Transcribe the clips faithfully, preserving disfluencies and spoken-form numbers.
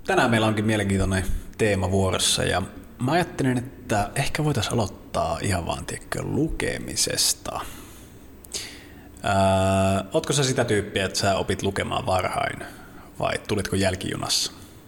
Tänään meillä onkin mielenkiintoinen teema vuorossa ja mä ajattelin, että ehkä voitaisiin aloittaa ihan vaan tiedätkö, lukemisesta. Ää, ootko sä sitä tyyppiä, että sä opit lukemaan varhain vai tulitko jälkijunassa?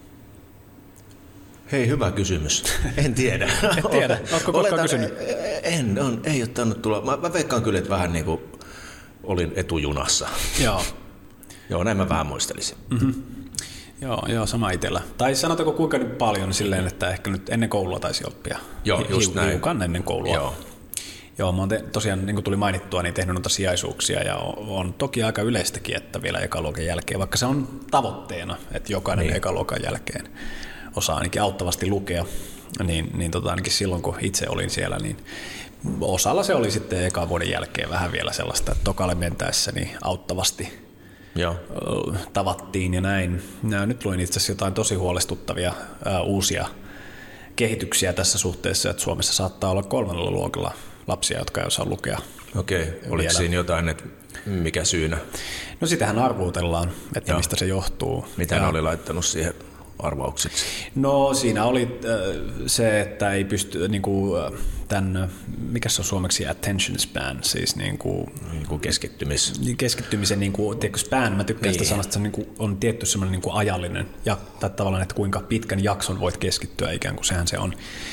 Hei, hyvä kysymys. En tiedä. En tiedä. Ootko koskaan kysynyt? En, on, ei ole tainnut tulla. Mä, mä veikkaan kyllä, että vähän niin kuin olin etujunassa. Joo. Joo, näin mä vähän muistelisin. Mm-hmm. Joo, joo, sama itsellä. Tai sanotaanko kuinka nyt paljon silleen, että ehkä nyt ennen koulua taisi oppia. Joo, just näin. Hiukan ennen koulua. Joo. Joo, mä oon te, tosiaan, niin kuin tuli mainittua, niin tehnyt noita sijaisuuksia ja on, on toki aika yleistäkin, että vielä ekaluokan jälkeen, vaikka se on tavoitteena, että jokainen niin. ekaluokan jälkeen osaa ainakin auttavasti lukea, niin, niin tota, ainakin silloin kun itse olin siellä, niin osalla se oli sitten ekan vuoden jälkeen vähän vielä sellaista, että tokalle mentäessä niin auttavasti Joo. tavattiin ja näin. Ja nyt luin itse asiassa jotain tosi huolestuttavia ää, uusia kehityksiä tässä suhteessa, että Suomessa saattaa olla kolmannella luokalla lapsia, jotka ei osaa lukea. Okei, oliko vielä. Siinä jotain, että mikä syynä? No sitähän arvuutellaan, että Joo. mistä se johtuu. Mitä ne oli laittanut siihen arvauksiksi? No siinä oli se, että ei pysty niin kuin, tämän, mikä se on suomeksi attention span, siis niin kuin, niin kuin keskittymis. keskittymisen niin kuin, tiedätkö, span, mä tykkään niin. sitä sanasta, että se on, niin kuin, on tietty semmoinen niin kuin ajallinen, ja, tai tavallaan, että kuinka pitkän jakson voit keskittyä ikään kuin, sehän se on,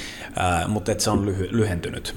Ää, mutta että se on lyhy, lyhentynyt.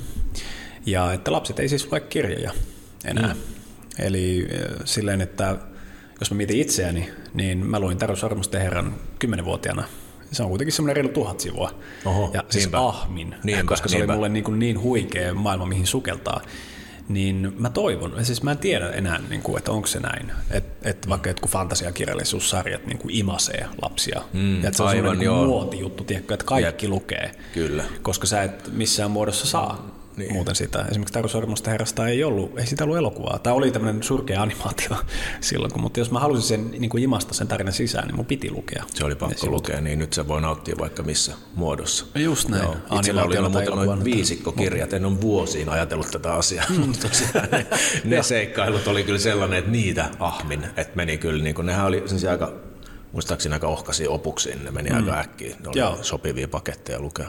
Ja että lapset ei siis lue kirjoja enää. Mm. Eli silleen, että jos mä mietin itseäni, niin mä luin Taru Sormusten herran kymmenvuotiaana. Se on kuitenkin semmoinen reilu tuhat sivua. Oho, ja siis niinpä. ahmin, Niinpä, koska se niinpä. oli mulle niin, kuin niin huikea maailma, mihin sukeltaa. Niin mä toivon, siis mä en tiedä enää, niin kuin, että onko se näin, että et vaikka jotkut fantasiakirjallisuussarjat niin kuin imasee lapsia. Mm, ja että se on aivan, semmoinen niin muotijuttu, tiedätkö, että kaikki Jep. lukee. Kyllä. Koska sä et missään muodossa saa. Niin. Muuten sitä. Esimerkiksi Taru Sormusten herrasta ei ollut, ei sitä ollut elokuvaa. Tämä oli tämmöinen surkea animaatio silloin, kun, mutta jos mä halusin sen niin kuin imasta sen tarinan sisään, niin mun piti lukea. Se oli pakko lukea, niin nyt se voi nauttia vaikka missä muodossa. Just näin. Joo. Itsellä oli muuten noin viisikkokirjat, en ole vuosiin ajatellut tätä asiaa. Mm. ne, ne seikkailut oli kyllä sellainen, että niitä ahmin, että meni kyllä, niin kuin, nehän oli aika, muistaakseni aika ohkaisia opuksiin, ne meni mm. aika äkkiä, ne oli Joo. sopivia paketteja lukea.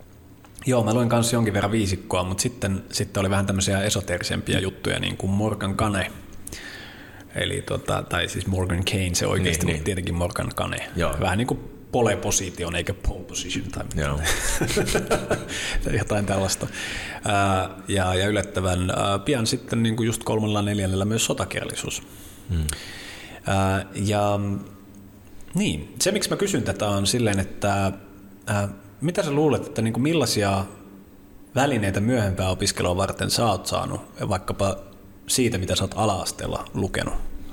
Joo, mä luin kanssa jonkin verran viisikkoa, mutta sitten, sitten oli vähän tämmöisiä esoteerisempia juttuja, niin kuin Morgan Kane. Eli tota, tai siis Morgan Kane se oikeasti, niin, mutta niin. tietenkin Morgan Kane. Joo. Vähän niin kuin pole position eikä pole position tai Joo. jotain tällaista. Ää, ja, ja yllättävän ää, pian sitten niin kuin just kolmella neljännellä myös sotakirjallisuus. Hmm. Ää, ja niin, se miksi mä kysyn tätä on silleen, että ää, mitä sä luulet, että niin kuin millaisia välineitä myöhempää opiskelua varten sä oot saanut, vaikkapa siitä, mitä sä oot ala-asteella lukenut?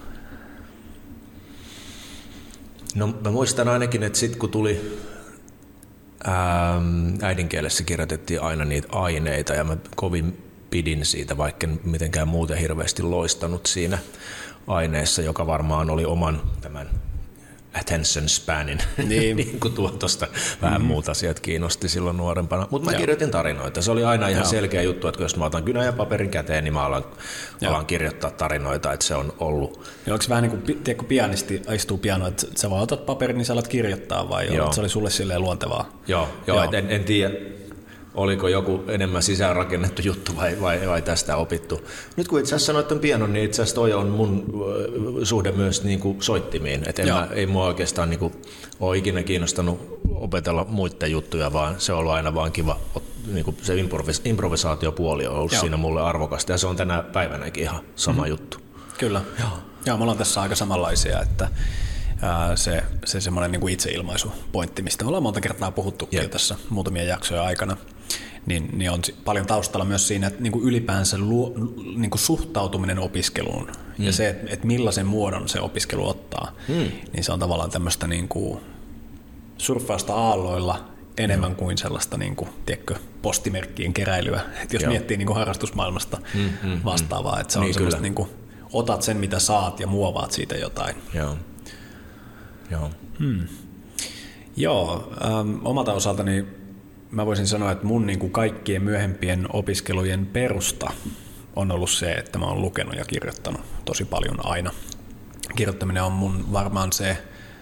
No mä muistan ainakin, että sit kun tuli ää, äidinkielessä kirjoitettiin aina niitä aineita ja mä kovin pidin siitä, vaikka en mitenkään muuten hirveästi loistanut siinä aineessa, joka varmaan oli oman tämän attention spanin, niin, niin kuin tuosta vähän mm-hmm. muut asiat kiinnosti silloin nuorempana. Mutta mä Joo. kirjoitin tarinoita. Se oli aina ihan Joo. selkeä juttu, että jos mä otan kynän ja paperin käteen, niin mä alan, alan kirjoittaa tarinoita, että se on ollut. Ja onko vähän niin kuin tiedätkö, pianisti istuu piano, että sä vaan otat paperin, niin sä alat kirjoittaa vai se oli sulle silleen luontevaa? Joo, Joo, Joo. En, en tiedä. Oliko joku enemmän sisäänrakennettu juttu vai, vai, vai tästä opittu? Nyt kun itse asiassa sanoit ton pianon, niin itse asiassa toi on mun suhde myös niin kuin soittimiin. Et en mä, ei mua oikeastaan niin kuin ole ikinä kiinnostanut opetella muiden juttuja, vaan se on ollut aina vaan kiva. Niin kuin se improvis- improvisaatiopuoli on ollut Joo. siinä mulle arvokasta ja se on tänä päivänäkin ihan sama mm-hmm. juttu. Kyllä. Joo. Joo, me ollaan tässä aika samanlaisia, että ää, se, se semmoinen niin kuin itseilmaisupointti, mistä me ollaan monta kertaa puhuttukin yep. tässä muutamia jaksoja aikana. Niin, niin on paljon taustalla myös siinä, että niin kuin ylipäänsä luo, niin kuin suhtautuminen opiskeluun mm. ja se, että, että millaisen muodon se opiskelu ottaa, mm. niin se on tavallaan tämmöistä niin kuin surffausta aalloilla enemmän mm. kuin sellaista niin kuin, tiedätkö, postimerkkien keräilyä, että jos Joo. miettii niin kuin harrastusmaailmasta mm, mm, vastaavaa, että se on niin, semmoista, niin kuin, otat sen mitä saat ja muovaat siitä jotain. Joo. Joo. Hmm. Joo, ähm, omalta osaltani mä voisin sanoa, että mun niin kuin kaikkien myöhempien opiskelujen perusta on ollut se, että mä oon lukenut ja kirjoittanut tosi paljon aina. Kirjoittaminen on mun varmaan se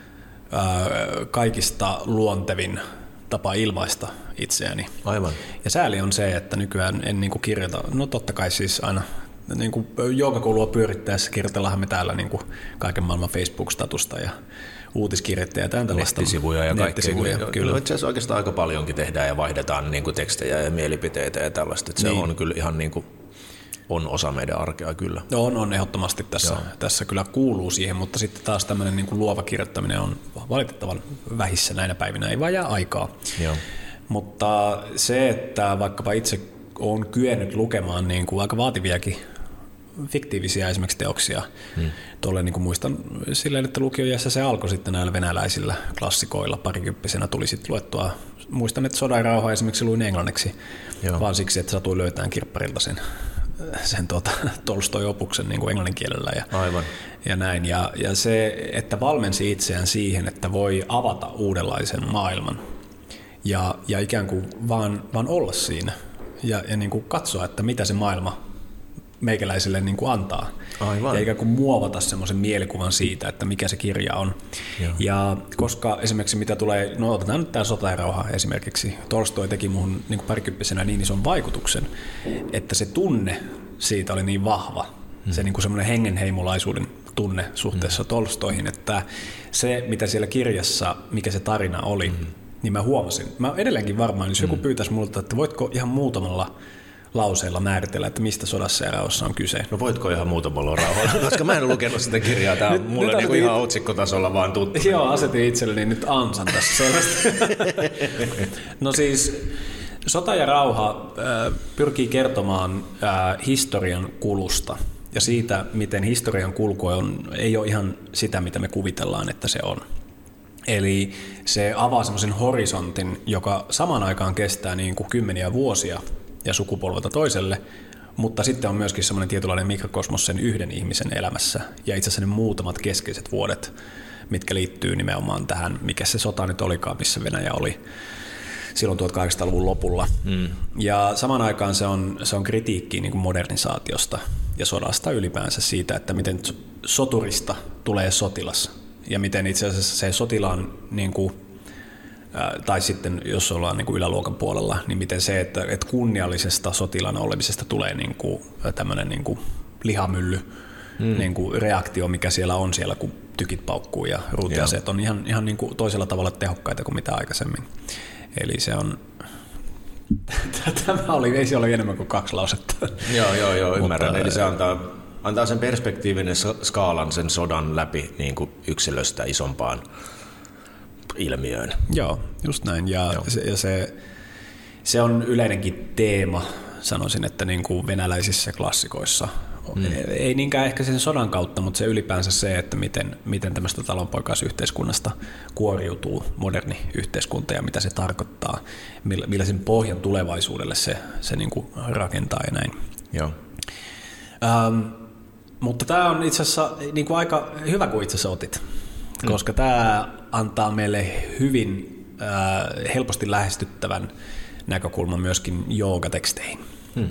ää, kaikista luontevin tapa ilmaista itseäni. Aivan. Ja sääli on se, että nykyään en niin kuin kirjoita, no totta kai siis aina niin kuin joogakoulua pyörittäessä kirjoitellaanhan me täällä niin kuin kaiken maailman Facebook-statusta ja uutiskirjettä ja tämän tällaista. Nettisivuja ja Nettisivuja, kaikkea. kyllä. No itse asiassa oikeastaan aika paljonkin tehdään ja vaihdetaan niin kuin tekstejä ja mielipiteitä ja tällaista. Että niin. Se on kyllä ihan niin kuin, on osa meidän arkea kyllä. No on, on ehdottomasti tässä, tässä kyllä kuuluu siihen, mutta sitten taas tämmöinen niin kuin luova kirjoittaminen on valitettavan vähissä näinä päivinä, ei vaan jää aikaa. Joo. Mutta se, että vaikkapa itse olen kyennyt lukemaan niin kuin aika vaativiakin fiktiivisiä esimerkiksi teoksia. Hmm. Tuolle niin kuin muistan silleen, että lukiojässä se alkoi sitten näillä venäläisillä klassikoilla. Parikymppisenä tuli sitten luettua. Muistan, että Sodan rauha esimerkiksi luin englanniksi, Joo. vaan siksi, että satuin löytämään kirpparilta sen, sen tuota, Tolstoi-opuksen niin kuin englannin kielellä ja, Aivan. ja näin. Ja, ja se, että valmensi itseään siihen, että voi avata uudenlaisen maailman ja, ja ikään kuin vaan, vaan olla siinä ja, ja niin kuin katsoa, että mitä se maailma meikäläiselle niin kuin antaa. Aivan. Ja ikään kuin muovata semmoisen mielikuvan siitä, että mikä se kirja on. Joo. Ja koska esimerkiksi mitä tulee, no otetaan nyt tämä Sota ja rauha esimerkiksi, Tolstoi teki muhun niin kuin parikymppisenä niin ison vaikutuksen, että se tunne siitä oli niin vahva, hmm. se niin kuin semmoinen hengenheimolaisuuden tunne suhteessa hmm. Tolstoihin, että se mitä siellä kirjassa, mikä se tarina oli, hmm. niin mä huomasin. Mä edelleenkin varmaan, jos joku hmm. pyytäisi multa, että voitko ihan muutamalla lauseilla määritellä, että mistä Sodassa ja rauhassa on kyse. No voitko ihan muutamalla rauhalla, koska mä en lukenut sitä kirjaa. Tämä on mulle niinku ihan it... otsikkotasolla vaan tuttu. Joo, asetin itselleni nyt ansan tässä selvästi. No siis Sota ja rauha äh, pyrkii kertomaan äh, historian kulusta ja siitä, miten historian kulku on, ei ole ihan sitä, mitä me kuvitellaan, että se on. Eli se avaa semmoisen horisontin, joka samaan aikaan kestää niin kuin kymmeniä vuosia ja sukupolvelta toiselle, mutta sitten on myöskin semmoinen tietynlainen mikrokosmos sen yhden ihmisen elämässä ja itse asiassa ne muutamat keskeiset vuodet, mitkä liittyy nimenomaan tähän, mikä se sota nyt olikaan, missä Venäjä oli silloin tuhatkahdeksansataaluvun lopulla. Mm. Ja samaan aikaan se on, se on kritiikki niin kuin modernisaatiosta ja sodasta ylipäänsä siitä, että miten soturista tulee sotilas ja miten itse asiassa se sotilaan niin kuin tai sitten jos ollaan niin kuin yläluokan puolella, niin miten se, että, että kunniallisesta sotilaana olemisesta tulee niin kuin tämmöinen niin kuin lihamylly mm. niin kuin reaktio, mikä siellä on siellä, kun tykit paukkuu ja ruutiaseet on ihan, ihan niin kuin toisella tavalla tehokkaita kuin mitä aikaisemmin. Eli se on, tämä oli, ei se ole enemmän kuin kaksi lausetta. Joo, joo, joo, ymmärrän. Mutta, eli se antaa, antaa sen perspektiivin ja skaalan sen sodan läpi niin kuin yksilöstä isompaan ilmiöön. Joo, just näin. Ja, se, ja se, se on yleinenkin teema, sanoisin, että niin kuin venäläisissä klassikoissa. Mm. Ei niinkään ehkä sen sodan kautta, mutta se ylipäänsä se, että miten, miten tämmöistä talonpoikaisyhteiskunnasta kuoriutuu moderni yhteiskunta ja mitä se tarkoittaa, millaisen pohjan tulevaisuudelle se, se niin kuin rakentaa ja näin. Joo. Ähm, mutta tämä on itse asiassa niin kuin aika hyvä, kun itse asiassa otit. Koska tämä antaa meille hyvin äh, helposti lähestyttävän näkökulman myöskin joogateksteihin. Hmm.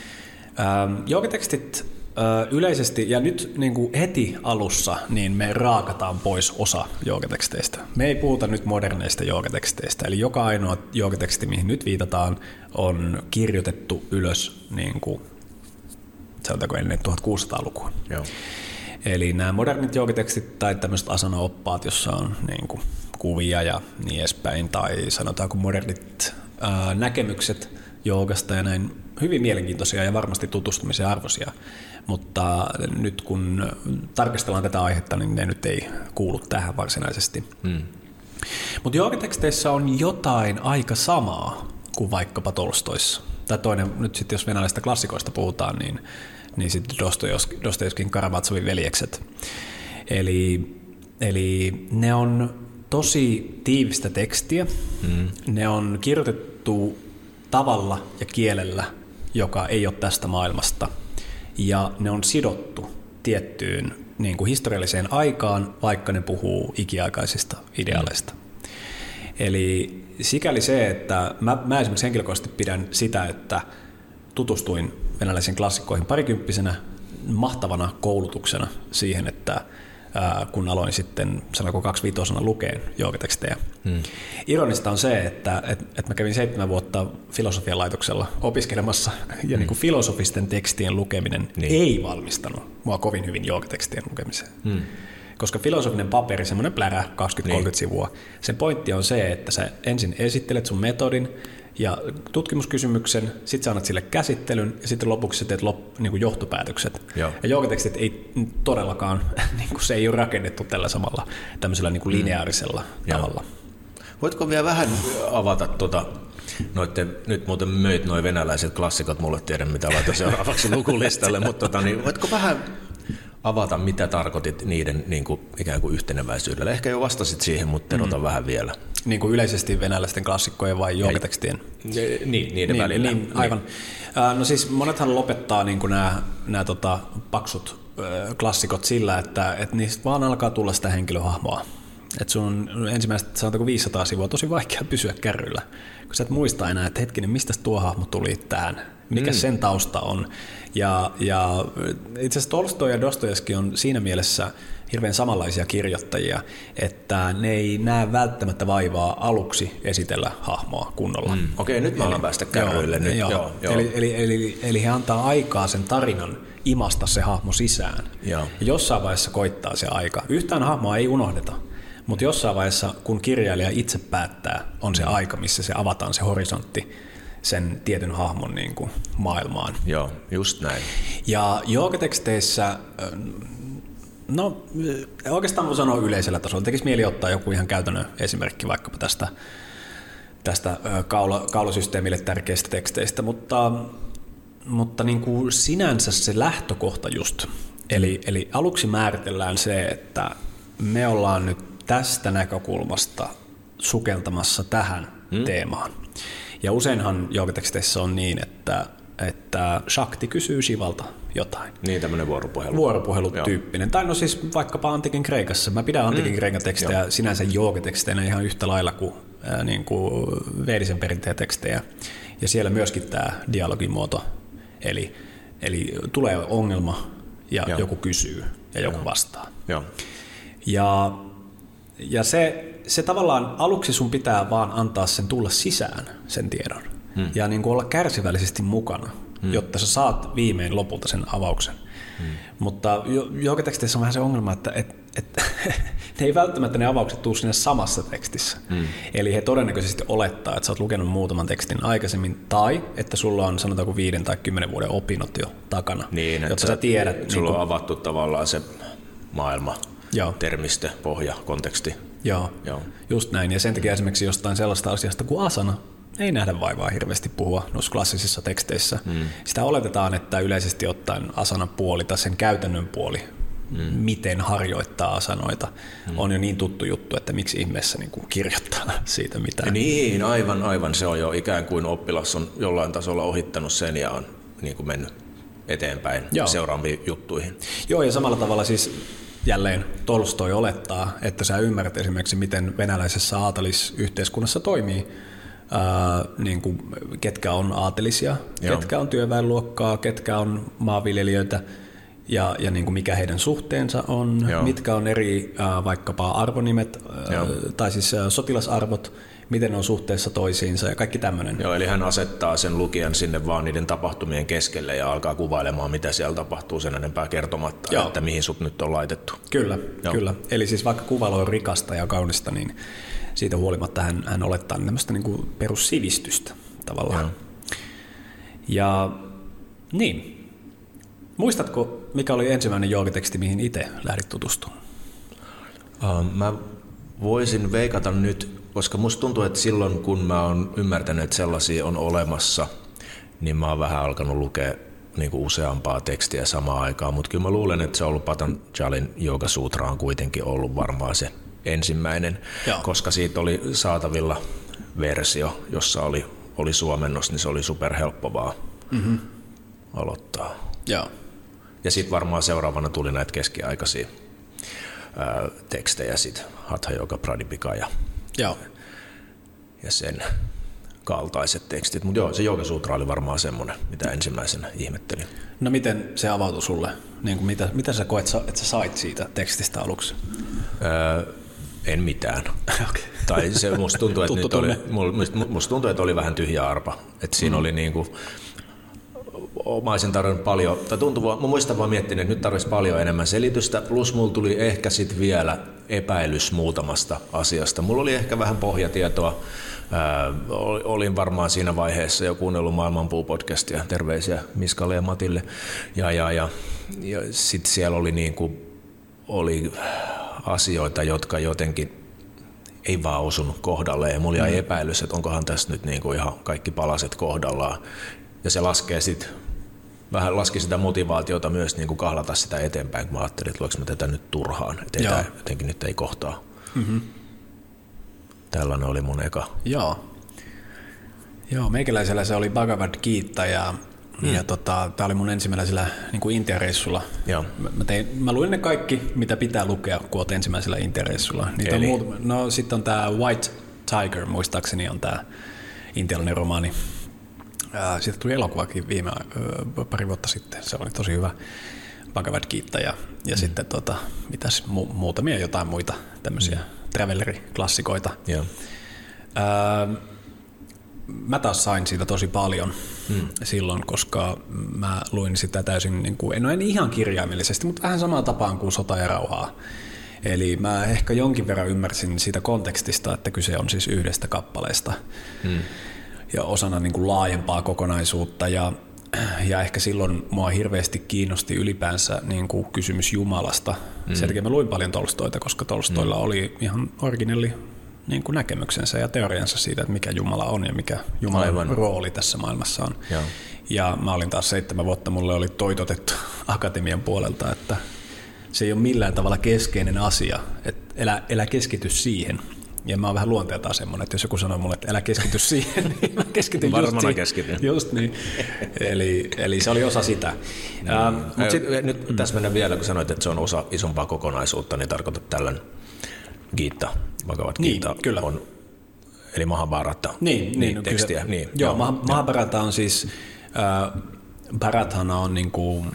Ähm, joogatekstit äh, yleisesti, ja nyt niin kuin heti alussa, niin me raakataan pois osa joogateksteistä. Me ei puhuta nyt moderneista joogateksteistä, eli joka ainoa joogateksti, mihin nyt viitataan, on kirjoitettu ylös niin kuin, sanotaanko ennen tuhatkuusisataalukua. Joo. Eli nämä modernit joogatekstit tai tämmöiset asana-oppaat, jossa on niin kuin kuvia ja niin edespäin, tai sanotaanko modernit ää, näkemykset joogasta ja näin, hyvin mielenkiintoisia ja varmasti tutustumisen arvoisia, mutta nyt kun tarkastellaan tätä aihetta, niin ne nyt ei kuulu tähän varsinaisesti. Hmm. Mutta joogateksteissä on jotain aika samaa kuin vaikkapa Tolstoissa. Tai toinen, nyt sitten jos venäläisistä klassikoista puhutaan, niin niin sitten Dostojevskin Karamatsovin veljekset. Eli, eli ne on tosi tiivistä tekstiä. Mm. Ne on kirjoitettu tavalla ja kielellä, joka ei ole tästä maailmasta. Ja ne on sidottu tiettyyn niin kuin historialliseen aikaan, vaikka ne puhuu ikiaikaisista ideaaleista. Mm. Eli sikäli se, että mä, mä esimerkiksi henkilökohtaisesti pidän sitä, että tutustuin venäläisiin klassikkoihin parikymppisenä mahtavana koulutuksena siihen, että kun aloin sitten sanonko kaksivitosena lukeen joogatekstejä. Hmm. Ironista on se, että et, et mä kävin seitsemän vuotta filosofian laitoksella opiskelemassa, ja hmm. niin kuin filosofisten tekstien lukeminen niin. ei valmistanut mua kovin hyvin joogatekstien lukemiseen. Hmm. Koska filosofinen paperi, semmoinen plärä, kaksikymmentä kolmekymmentä niin. sivua, sen pointti on se, että sä ensin esittelet sun metodin ja tutkimuskysymyksen, sit sä annat sille käsittelyn ja sitten lopuksi sä teet lop, niin kuin johtopäätökset. Joo. Ja joogatekstit ei todellakaan, niin kuin se ei ole rakennettu tällä samalla tämmöisellä niin kuin lineaarisella mm. tavalla. Voitko vielä vähän avata tuota, noitte, nyt muuten möit noi venäläiset klassikot, mulle tiedä mitä laitoin seuraavaksi lukulistalle, mutta tota, niin, voitko vähän avata, mitä tarkoitit niiden niin kuin, ikään kuin yhteneväisyydellä? Ehkä jo vastasit siihen, mutta terota mm. vähän vielä. Niin kuin yleisesti venäläisten klassikkojen vai joogatekstien? Niin, niiden niin, välillä. Niin, aivan. Niin. No siis monethan lopettaa niin kuin nämä, nämä tota, paksut klassikot sillä, että, että niistä vaan alkaa tulla sitä henkilöhahmoa. Että sun on ensimmäiset sanotaanko viisisataa sivua tosi vaikea pysyä kärryllä, kun sä et muista enää, että hetkinen, mistä tuo hahmo tuli tähän, mikä mm. sen tausta on. Ja, ja itse asiassa Tolstoi ja Dostojevski on siinä mielessä hirveän samanlaisia kirjoittajia, että ne ei näe välttämättä vaivaa aluksi esitellä hahmoa kunnolla. Mm. Okei, nyt mä alan päästä kärryille. Joo, nyt. Joo. Joo, joo. Eli, eli, eli, eli he antaa aikaa sen tarinan imasta se hahmo sisään. Joo. Ja jossain vaiheessa koittaa se aika. Yhtään hahmoa ei unohdeta. Mutta jossain vaiheessa, kun kirjailija itse päättää, on se aika, missä se avataan se horisontti sen tietyn hahmon niin kuin maailmaan. Joo, just näin. Ja joogateksteissä, no oikeastaan voi sanoa yleisellä tasolla, tekisi mieli ottaa joku ihan käytännön esimerkki vaikkapa tästä, tästä kaula, kaulasysteemille tärkeistä teksteistä, mutta, mutta niin kuin sinänsä se lähtökohta just, eli, eli aluksi määritellään se, että me ollaan nyt tästä näkökulmasta sukeltamassa tähän hmm. teemaan. Ja useinhan joogateksteissä on niin, että, että Shakti kysyy Shivalta jotain. Niin, tämmöinen vuoropuhelu. Vuoropuhelutyyppinen. Tai no siis vaikkapa Antiikin Kreikassa. Mä pidän Antiikin hmm. Kreikan tekstejä Joo. sinänsä joogateksteinä ihan yhtä lailla kuin, äh, niin kuin veedisen perinteen tekstejä. Ja siellä myöskin tämä dialogimuoto. Eli, eli tulee ongelma ja Joo. joku kysyy ja joku Joo. vastaa. Joo. Ja, ja se, se tavallaan aluksi sun pitää vaan antaa sen tulla sisään, sen tiedon. Hmm. Ja niin kuin olla kärsivällisesti mukana, hmm. jotta sä saat viimein lopulta sen avauksen. Hmm. Mutta joogateksteissä on vähän se ongelma, että et, et, ne ei välttämättä ne avaukset tule siinä samassa tekstissä. Hmm. Eli he todennäköisesti olettaa, että sä oot lukenut muutaman tekstin aikaisemmin, tai että sulla on sanotaanko viiden tai kymmenen vuoden opinnot jo takana, niin, jotta sä tiedät. Sulla niin on avattu tavallaan se maailma. Joo. Termistö, pohja, konteksti. Joo, Joo, just näin. Ja sen takia esimerkiksi jostain sellaista asiasta kuin asana ei nähdä vaivaa hirveästi puhua noissa klassisissa teksteissä. Mm. Sitä oletetaan, että yleisesti ottaen asanan puoli tai sen käytännön puoli, mm. miten harjoittaa asanoita, mm. on jo niin tuttu juttu, että miksi ihmeessä niin kuin kirjoittaa siitä mitään. Niin, aivan, aivan. Se on jo ikään kuin oppilas on jollain tasolla ohittanut sen ja on niin kuin mennyt eteenpäin Joo. seuraaviin juttuihin. Joo, ja samalla tavalla siis jälleen Tolstoi olettaa, että sä ymmärrät esimerkiksi, miten venäläisessä aatelisyhteiskunnassa toimii, ää, niin kuin, ketkä on aatelisia, Joo. ketkä on työväenluokkaa, ketkä on maanviljelijöitä ja, ja niin kuin mikä heidän suhteensa on, Joo. mitkä on eri ää, vaikkapa arvonimet ää, tai siis ää, sotilasarvot, miten ne on suhteessa toisiinsa ja kaikki tämmöinen. Joo, eli hän asettaa sen lukijan sinne vaan niiden tapahtumien keskelle ja alkaa kuvailemaan, mitä siellä tapahtuu sen enempää kertomatta, Joo. että mihin sut nyt on laitettu. Kyllä, Joo. kyllä. Eli siis vaikka kuvailu on rikasta ja kaunista, niin siitä huolimatta hän, hän olettaa tämmöistä niin kuin perussivistystä tavallaan. Joo. Ja niin, muistatko, mikä oli ensimmäinen joogateksti, mihin itse lähdit tutustumaan? Uh, mä voisin veikata nyt, koska musta tuntuu, että silloin kun mä oon ymmärtänyt, että sellaisia on olemassa, niin mä oon vähän alkanut lukea niin kuin useampaa tekstiä samaan aikaan, mutta kyllä mä luulen, että se on ollut Patanjalin Yoga-sutra on kuitenkin ollut varmaan se ensimmäinen, Joo. koska siitä oli saatavilla versio, jossa oli, oli suomennos, niin se oli superhelppo vaan mm-hmm. aloittaa. Joo. Ja sitten varmaan seuraavana tuli näitä keskiaikaisia ää, tekstejä, sitten Hatha Yoga Pradipika ja, Joo. ja sen kaltaiset tekstit. Mutta joo, se Yoga Sutra oli varmaan semmoinen, mitä ensimmäisenä ihmettelin. No miten se avautui sulle? Niin kuin mitä, mitä sä koet, että sä sait siitä tekstistä aluksi? Öö, en mitään. Okay. Tai se musta tuntuu, että nyt oli, musta tuntuu, että oli vähän tyhjä arpa. Että siinä mm. oli niinku, mä olisin tarvinnut paljon, tai tuntuu, mä muistan vaan miettinyt, että nyt tarvitsisi paljon enemmän selitystä, plus mulla tuli ehkä sit vielä epäilys muutamasta asiasta. Mulla oli ehkä vähän pohjatietoa, Ää, olin varmaan siinä vaiheessa jo kuunnellut Maailmanpuu-podcastia, terveisiä Miskalle ja Matille, ja, ja, ja, ja sitten siellä oli, niinku, oli asioita, jotka jotenkin ei vaan osunut kohdalleen, ja mulla jäi mm. epäilys, että onkohan tässä nyt niinku ihan kaikki palaset kohdallaan, ja se laskee sitten, vähän laski sitä motivaatiota myös niinku kahlata sitä eteenpäin, kun mä ajattelin, että luoks mä tätä nyt turhaan, että tämä jotenkin nyt ei kohtaa. Mm-hmm. Tällainen oli mun eka. Joo. Joo, meikäläisellä se oli Bhagavad Gita ja, hmm. ja tota, tää oli mun ensimmäisellä niin kuin Intia-reissulla. Joo. Mä, tein, mä luin ne kaikki, mitä pitää lukea, kun oot ensimmäisellä Intia-reissulla. Niitä on muut, no sitten on tää White Tiger, muistaakseni on tää intialainen romaani. Siitä tuli elokuvakin viime pari vuotta sitten, se oli tosi hyvä. Bhagavad Gita ja, ja hmm. sitten tota, mitäs, mu- muutamia jotain muita tämmöisiä hmm. traveleri-klassikoita. Yeah. Öö, mä taas sain siitä tosi paljon hmm. silloin, koska mä luin sitä täysin, niin kuin, no en ihan kirjaimellisesti, mutta vähän samaan tapaan kuin Sota ja rauhaa. Eli mä ehkä jonkin verran ymmärsin siitä kontekstista, että kyse on siis yhdestä kappaleesta hmm. ja osana niin kuin laajempaa kokonaisuutta. Ja Ja ehkä silloin mua hirveästi kiinnosti ylipäänsä niin kuin kysymys Jumalasta. Mm. Sen takia mä luin paljon Tolstoita, koska Tolstoilla mm. oli ihan originelli niin kuin näkemyksensä ja teoriansa siitä, että mikä Jumala on ja mikä Jumalan Aivan. rooli tässä maailmassa on. Ja. ja mä olin taas seitsemän vuotta, mulle oli toitotettu akatemian puolelta, että se ei ole millään tavalla keskeinen asia, että elä, elä keskity siihen. Ja mä oon vähän luonteeltaan semmoinen, että jos joku sanoo mulle, että älä keskity siihen, niin mä keskityn just siihen. Keskityn. Just niin. Eli, eli se oli osa sitä. No. Ähm, mut sit, nyt mm. tässä mennään vielä, kun sanoit, että se on osa isompaa kokonaisuutta, niin tarkoitat tällöin Gita, Bhagavad Gita niin, kyllä. on, eli Mahabharata, niin, niin, niin, no, tekstiä. Niin, joo, joo, Mahabharata on siis, äh, Bharathana on niin kuin,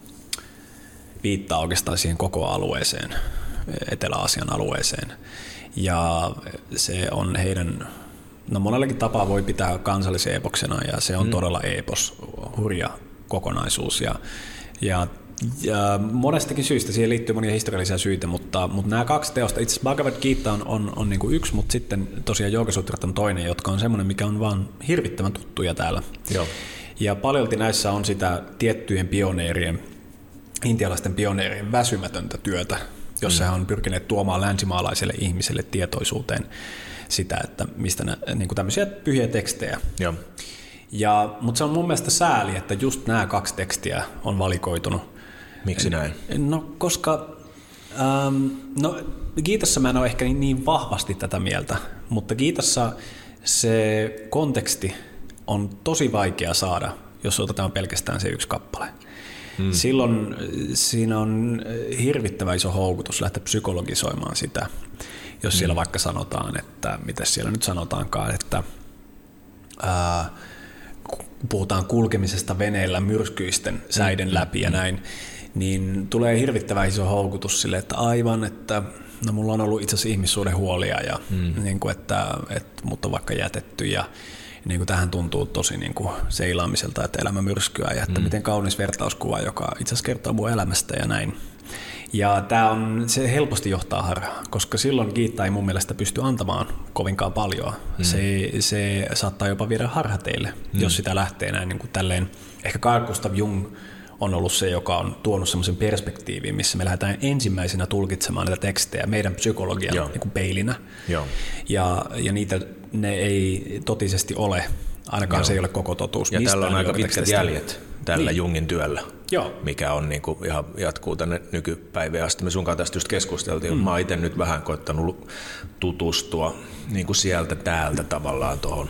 viittaa oikeastaan siihen koko alueeseen, Etelä-Aasian alueeseen. Ja se on heidän, no monellakin tapaa voi pitää kansallisen epoksena ja se on mm. todella epos, hurja kokonaisuus. Ja, ja, ja monestakin syystä, siihen liittyy monia historiallisia syitä, mutta, mutta nämä kaksi teosta, itse asiassa Bhagavad Gita on, on, on niin kuin yksi, mutta sitten tosiaan Yoga Sutrat on toinen, jotka on semmoinen, mikä on vaan hirvittävän tuttuja täällä. Joo. Ja paljolti näissä on sitä tiettyjen pioneerien, intialaisten pioneerien väsymätöntä työtä, jossa mm. he on pyrkineet tuomaan länsimaalaiselle ihmiselle tietoisuuteen sitä, että mistä nä, niin kuin tämmöisiä pyhiä tekstejä. Joo. Ja, mutta se on mun mielestä sääli, että just nämä kaksi tekstiä on valikoitunut. Miksi näin? No koska, ähm, no Giitassa mä en ole ehkä niin, niin vahvasti tätä mieltä, mutta Giitassa se konteksti on tosi vaikea saada, jos otetaan pelkästään se yksi kappale. Hmm. Silloin siinä on hirvittävä iso houkutus lähteä psykologisoimaan sitä, jos hmm. siellä vaikka sanotaan, että mitä siellä nyt sanotaankaan, että ää, puhutaan kulkemisesta veneellä myrskyisten säiden hmm. läpi ja näin, niin tulee hirvittävä iso houkutus sille, että aivan, että no mulla on ollut itse asiassa ihmissuuden huolia ja hmm. niin kuin, että, että mut on vaikka jätetty ja niin kuin tähän tuntuu tosi niin kuin seilaamiselta, että elämä myrskyää ja että mm. miten kaunis vertauskuva, joka itse asiassa kertoo mun elämästä ja näin. Ja tämä on, se helposti johtaa harhaan, koska silloin Gita ei mun mielestä pysty antamaan kovinkaan paljon. Mm. Se, se saattaa jopa viedä harhateille, mm. jos sitä lähtee näin niin kuin tälleen. Ehkä Carl Gustav Jung on ollut se, joka on tuonut semmoisen perspektiivin, missä me lähdetään ensimmäisenä tulkitsemaan näitä tekstejä meidän psykologian niin kuin peilinä. Joo. Ja, ja niitä ne ei totisesti ole, ainakaan Joo. se ei ole koko totuus. Ja tällä on aika pitkät jäljet tällä niin. Jungin työllä, Joo. mikä on niin kuin ihan jatkuu tänne nykypäivään asti. Me sunkaan tästä just keskusteltiin, mm. mä oon itse nyt vähän koittanut tutustua niin kuin sieltä täältä tavallaan tuohon,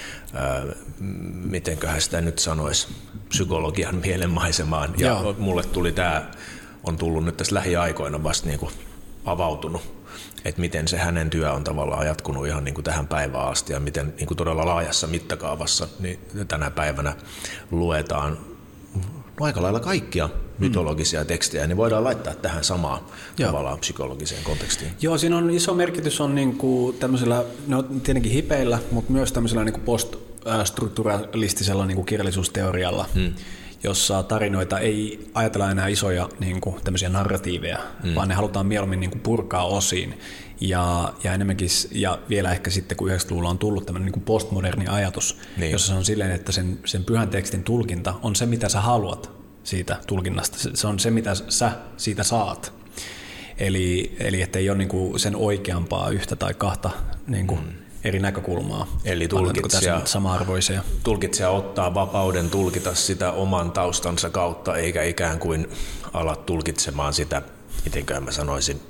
mitenköhän sitä nyt sanoisi, psykologian mielenmaisemaan. Ja Joo. mulle tuli tämä, on tullut nyt tässä lähiaikoina vasta niin kuin avautunut että miten se hänen työ on tavallaan jatkunut ihan niin kuin tähän päivään asti ja miten niin kuin todella laajassa mittakaavassa niin tänä päivänä luetaan no aika lailla kaikkia mytologisia tekstejä, niin voidaan laittaa tähän samaan Joo. tavallaan psykologiseen kontekstiin. Joo, siinä on iso merkitys on niin kuin tämmöisellä, no tietenkin hipeillä, mutta myös tämmöisellä niin kuin post-strukturalistisella niin kuin kirjallisuusteorialla, hmm. jossa tarinoita ei ajatella enää isoja niin kuin tämmöisiä narratiiveja, hmm. vaan ne halutaan mieluummin niin kuin purkaa osiin. Ja, ja enemmänkin, ja vielä ehkä sitten, kun yhdeksänkymmentäluvulla on tullut tämmöinen niin kuin postmoderni ajatus, niin. jossa se on silleen, että sen, sen pyhän tekstin tulkinta on se, mitä sä haluat siitä tulkinnasta. Se on se, mitä sä siitä saat. Eli, eli ettei ole niin kuin sen oikeampaa yhtä tai kahta niin kuin mm. eri näkökulmaa. Eli tulkitsija, sama-arvoisia. tulkitsija ottaa vapauden tulkita sitä oman taustansa kautta, eikä ikään kuin ala tulkitsemaan sitä, mitenköhän mä sanoisin,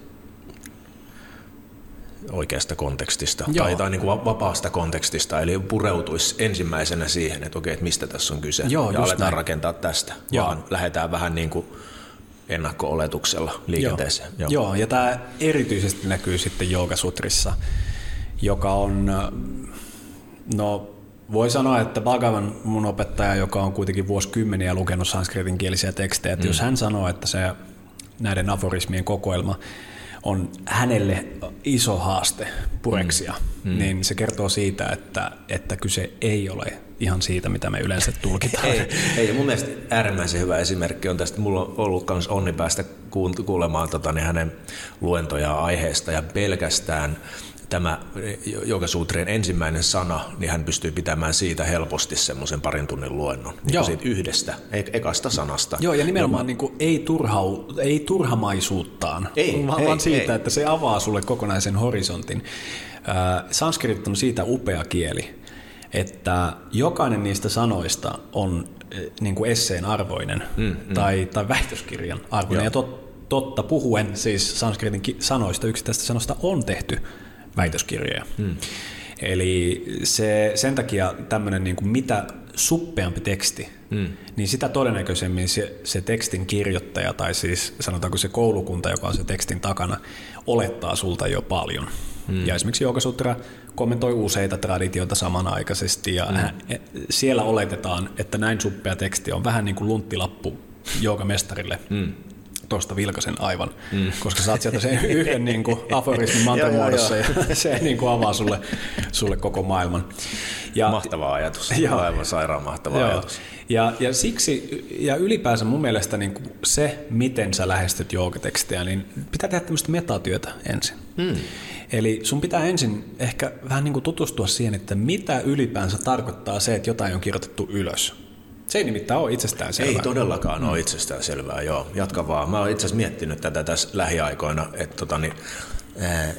oikeasta kontekstista tai, tai niin kuin vapaasta kontekstista, eli pureutuisi ensimmäisenä siihen, että okei, että mistä tässä on kyse, Joo, ja aletaan näin. rakentaa tästä, Joo. vaan lähdetään vähän niin kuin ennakko-oletuksella liikenteeseen. Joo. Joo, ja tämä erityisesti näkyy sitten Yoga-sutrissa, joka on, no voi sanoa, että Bhagavan, mun opettaja, joka on kuitenkin vuosikymmeniä lukenut sanskritinkielisiä tekstejä, että mm. jos hän sanoo, että se näiden aforismien kokoelma on hänelle iso haaste pureksia, mm. Mm. niin se kertoo siitä, että, että kyse ei ole ihan siitä, mitä me yleensä tulkitaan. ei, ei, mun mielestä äärimmäisen hyvä esimerkki on tästä. Mulla on ollut myös onni päästä kuulemaan tota, niin hänen luentojaan aiheesta, ja pelkästään tämä Yoga-sutrien ensimmäinen sana, niin hän pystyy pitämään siitä helposti semmoisen parin tunnin luennon. Niin siitä yhdestä, ekasta sanasta. Joo, ja nimenomaan niin kuin ei, turhau, ei turhamaisuuttaan, ei, vaan ei, siitä, ei. että se avaa sulle kokonaisen horisontin. Äh, sanskrit on siitä upea kieli, että jokainen niistä sanoista on niin kuin esseen arvoinen mm, mm. Tai, tai väitöskirjan arvoinen. Joo. Ja tot, totta puhuen, siis sanskritin sanoista, yksittäistä sanoista on tehty väitöskirjoja. Hmm. Eli se, sen takia tämmöinen niin kuin mitä suppeampi teksti, hmm. niin sitä todennäköisemmin se, se tekstin kirjoittaja tai siis sanotaanko se koulukunta, joka on se tekstin takana, olettaa sulta jo paljon. Hmm. Ja esimerkiksi Yoga-sutra kommentoi useita traditioita samanaikaisesti ja hmm. siellä oletetaan, että näin suppea teksti on vähän niin kuin lunttilappu joogamestarille. Hmm. Tuosta vilkasen aivan, mm. koska saat sieltä sen yhden niin kuin aforismin mantramuodossa ja se niin kuin avaa sulle, sulle koko maailman. Ja, mahtava ajatus, joo. aivan sairaan mahtava joo. ajatus. Ja, ja siksi, ja ylipäänsä mun mielestä niin kuin se, miten sä lähestyt joogatekstejä, niin pitää tehdä tämmöistä metatyötä ensin. Mm. Eli sun pitää ensin ehkä vähän niin kuin tutustua siihen, että mitä ylipäänsä tarkoittaa se, että jotain on kirjoitettu ylös. Se ei nimittäin ole itsestäänselvää. Ei todellakaan mm. ole itsestäänselvää, joo. Jatka vaan. Mä oon itse asiassa miettinyt tätä tässä lähiaikoina, että tota, niin, ää,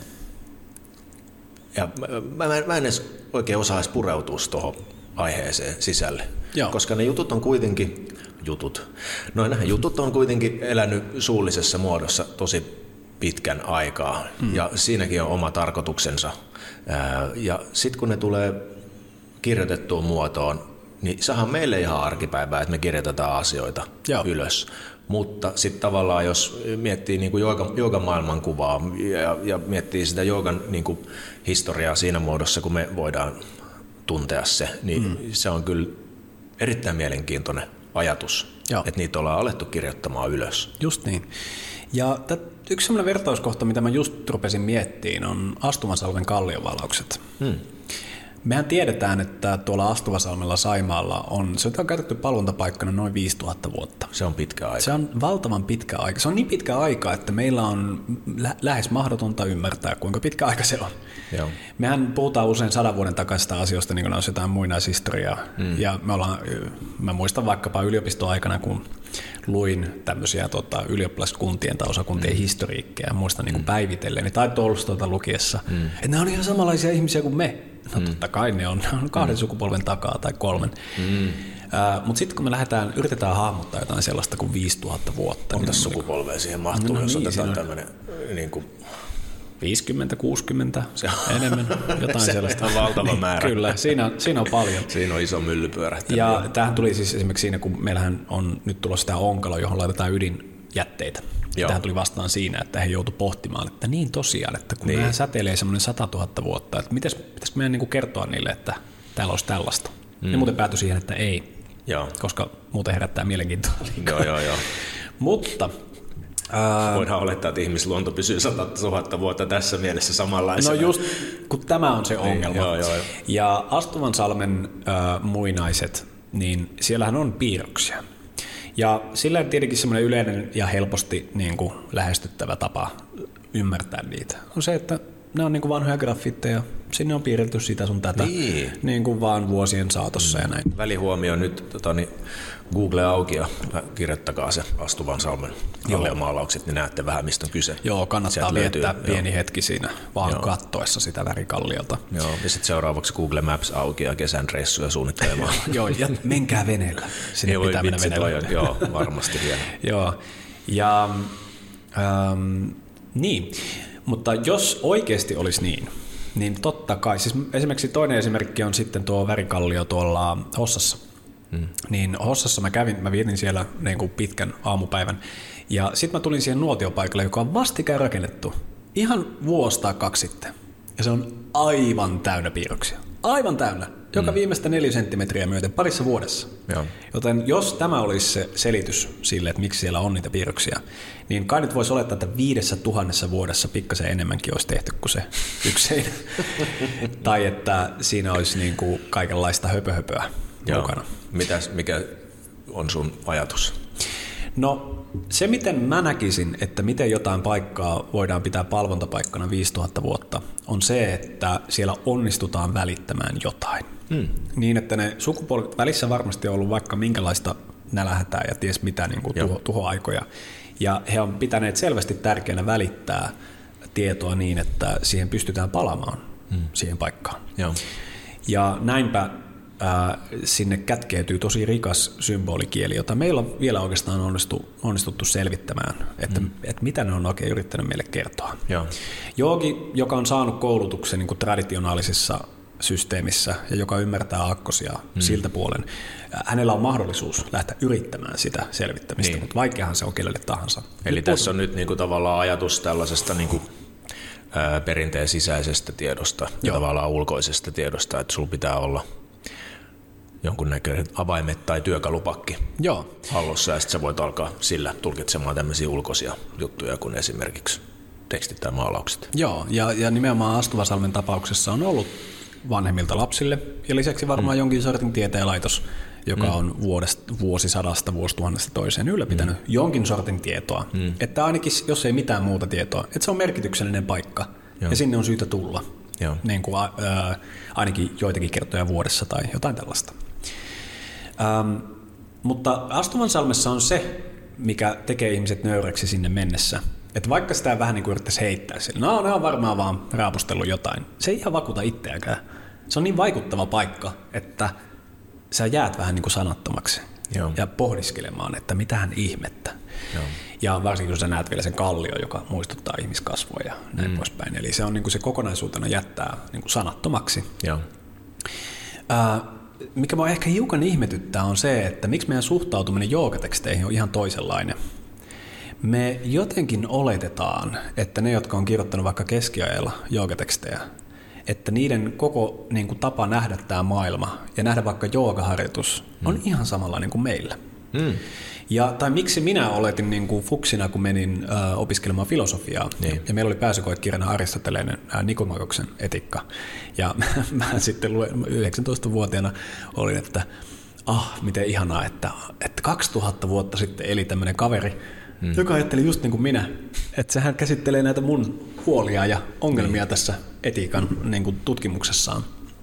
ja mä, mä, mä en edes oikein osaa edes pureutua tuohon aiheeseen sisälle, joo. koska ne jutut on kuitenkin, jutut, no nämä jutut on kuitenkin elänyt suullisessa muodossa tosi pitkän aikaa, mm. ja siinäkin on oma tarkoituksensa. Ää, ja sitten kun ne tulee kirjoitettuun muotoon, niin sehän on meille ihan arkipäivää, että me kirjoitetaan asioita Joo. ylös. Mutta sitten tavallaan, jos miettii niin kuin jooga, joogan maailmankuvaa ja, ja miettii sitä joogan niin kuin historiaa siinä muodossa, kun me voidaan tuntea se, niin mm. se on kyllä erittäin mielenkiintoinen ajatus, Joo. että niitä ollaan alettu kirjoittamaan ylös. Just niin. Ja tät, yksi sellainen vertauskohta, mitä mä just rupesin miettimään, on Astuvansalmen kallionvalaukset. Hmm. Mehän tiedetään, että tuolla Astuvasalmella Saimaalla on, se on käytetty palvontapaikkana noin viisituhatta vuotta. Se on pitkä aika. Se on valtavan pitkä aika. Se on niin pitkä aika, että meillä on lä- lähes mahdotonta ymmärtää, kuinka pitkä aika se on. Joo. Mehän puhutaan usein sadan vuoden takaisista asioista, niin kuin olisi jotain muinaishistoriaa. Mm. Ja me ollaan, mä muistan vaikkapa yliopistoaikana, kun luin tämmöisiä tota, ylioppilaskuntien tai osakuntien mm. historiikkeja, muistan niin kuin mm. päivitelleen, tai Tolstoita lukiessa, mm. että ne on ihan samanlaisia ihmisiä kuin me. No mm. totta kai ne on, ne on kahden mm. sukupolven takaa tai kolmen. Mm. Uh, mutta sitten kun me lähdetään, yritetään hahmottaa jotain sellaista kuin viisituhatta vuotta. Monta niin sukupolvea niin, siihen mahtuu, no, jos niin, otetaan tämmöinen niin kuin viisikymmentä kuusikymmentä enemmän, jotain se sellaista. On valtava määrä. Kyllä, siinä, siinä on paljon. Siinä on iso myllypyörä. Ja tämähän tuli siis esimerkiksi siinä, kun meillähän on nyt tulossa tämä onkalo, johon laitetaan ydinjätteitä. Tähän tuli vastaan siinä, että he joutuivat pohtimaan, että niin tosiaan, että kun niin. Nämä säteilee semmoinen satatuhatta vuotta, että mitäs, pitäisikö meidän niin kuin kertoa niille, että täällä olisi tällaista. Mm. Ja muuten päätyi siihen, että ei, joo. koska muuten herättää mielenkiintoa liikaa. Joo, joo, joo. Mutta Ää... voidaan olettaa, että ihmisluonto pysyy satatuhatta vuotta tässä mielessä samanlaisena. No just, kun tämä on se ongelma. Niin, joo, joo, joo. Ja Astuvansalmen äh, muinaiset, niin siellähän on piirroksia. Ja sillä on tietenkin semmoinen yleinen ja helposti niin kuin lähestyttävä tapa ymmärtää niitä. On se, että nämä on niin kuin vanhoja graffitteja. Sinne on piirretty sitä sun tätä niin. Niin kuin vaan vuosien saatossa mm. ja näin. Välihuomio nyt tota, niin Google auki ja kirjoittakaa se Astuvansalmen kalliomaalaukset, niin näette vähän mistä on kyse. Joo, kannattaa sieltä viettää löytyy, pieni joo. hetki siinä vaan joo. kattoessa sitä värikalliolta. Joo, ja sitten seuraavaksi Google Maps auki ja kesän reissuja suunnittelemaan. Joo, ja menkää veneellä. Sinne joo, pitää mennä veneellä. Toi, joo, varmasti vielä. Joo, ja ähm, niin, mutta jos oikeasti olisi niin, niin totta kai, siis esimerkiksi toinen esimerkki on sitten tuo värikallio tuolla Hossassa. Hmm. Niin Hossassa mä kävin, mä vietin siellä niin kuin pitkän aamupäivän ja sitten mä tulin siihen nuotiopaikalle, joka on vastikään rakennettu ihan vuosi tai kaksi sitten. Ja se on aivan täynnä piirroksia. Aivan täynnä. Joka hmm. viimeistä neljä senttimetriä myöten parissa vuodessa. Joo. Joten jos tämä olisi se selitys sille, että miksi siellä on niitä piirroksia, niin kai nyt voisi olettaa, että viidessä tuhannessa vuodessa pikkasen enemmänkin olisi tehty kuin se yksi seinä. Tai että siinä olisi niin kuin kaikenlaista höpöhöpöä mukana. Mitäs, mikä on sun ajatus? No se, miten mä näkisin, että miten jotain paikkaa voidaan pitää palvontapaikkana viisituhatta vuotta, on se, että siellä onnistutaan välittämään jotain. Hmm. Niin, että ne sukupolvet välissä varmasti on ollut vaikka minkälaista nälähätää ja ties mitä niin kuin tuho, tuhoaikoja. Ja he on pitäneet selvästi tärkeänä välittää tietoa niin, että siihen pystytään palaamaan hmm. siihen paikkaan. Joo. Ja näinpä Ää, sinne kätkeytyy tosi rikas symbolikieli, jota meillä on vielä oikeastaan onnistu, onnistuttu selvittämään, että, mm. että mitä ne on oikein yrittänyt meille kertoa. Joo. Joogi, joka on saanut koulutuksen niin kuin traditionaalisessa systeemissä ja joka ymmärtää akkosia mm. siltä puolen, hänellä on mahdollisuus lähteä yrittämään sitä selvittämistä, niin. Mutta vaikeahan se on kenelle tahansa. Eli nyt tässä on nyt niin kuin tavallaan ajatus tällaisesta niin kuin ää, perinteen sisäisestä tiedosta ja Joo. tavallaan ulkoisesta tiedosta, että sulla pitää olla jonkunnäköinen avaimet tai työkalupakki Joo. hallussa, ja sitten sä voit alkaa sillä tulkitsemaan tämmöisiä ulkoisia juttuja kuin esimerkiksi tekstit tai maalaukset. Joo, ja, ja nimenomaan Astuvansalmen tapauksessa on ollut vanhemmilta lapsille, ja lisäksi varmaan mm. jonkin sortin tieteenlaitos, joka mm. on vuodesta, vuosisadasta, vuosituhannesta toiseen ylläpitänyt mm. jonkin sortin tietoa, mm. että ainakin, jos ei mitään muuta tietoa, että se on merkityksellinen paikka, Joo. ja sinne on syytä tulla, niin kuin, ää, ainakin joitakin kertoja vuodessa tai jotain tällaista. Ähm, mutta Astuvansalmessa on se, mikä tekee ihmiset nöyräksi sinne mennessä. Että vaikka sitä vähän niin kuin yrittäisi heittää sille, no ne on varmaan vaan raapustellut jotain. Se ei ihan vakuuta itseäkään. Se on niin vaikuttava paikka, että sä jäät vähän niin kuin sanattomaksi Joo. ja pohdiskelemaan, että mitähän ihmettä. Joo. Ja varsinkin kun sä näet vielä sen kallion, joka muistuttaa ihmiskasvoja ja näin mm. poispäin. Eli se on niin kuin se kokonaisuutena jättää niin kuin sanattomaksi. Joo. Äh, Mikä mua ehkä hiukan ihmetyttää on se, että miksi meidän suhtautuminen joogateksteihin on ihan toisenlainen. Me jotenkin oletetaan, että ne, jotka on kirjoittanut vaikka keskiajalla joogatekstejä, että niiden koko niin kuin, tapa nähdä tämä maailma ja nähdä vaikka joogaharjoitus on mm. ihan samanlainen kuin meillä. Mm. Ja, tai miksi minä oletin niin kuin fuksina, kun menin ä, opiskelemaan filosofiaa, niin. ja meillä oli pääsykoekirjana Aristoteleen ä, Nikomakoksen etiikka, ja mä sitten yhdeksäntoistavuotiaana olin, että ah, miten ihanaa, että, että kaksituhatta vuotta sitten eli tämmöinen kaveri, hmm. joka ajatteli just niin kuin minä, että sehän käsittelee näitä mun huolia ja ongelmia niin. tässä etiikan niin kuin tutkimuksessaan.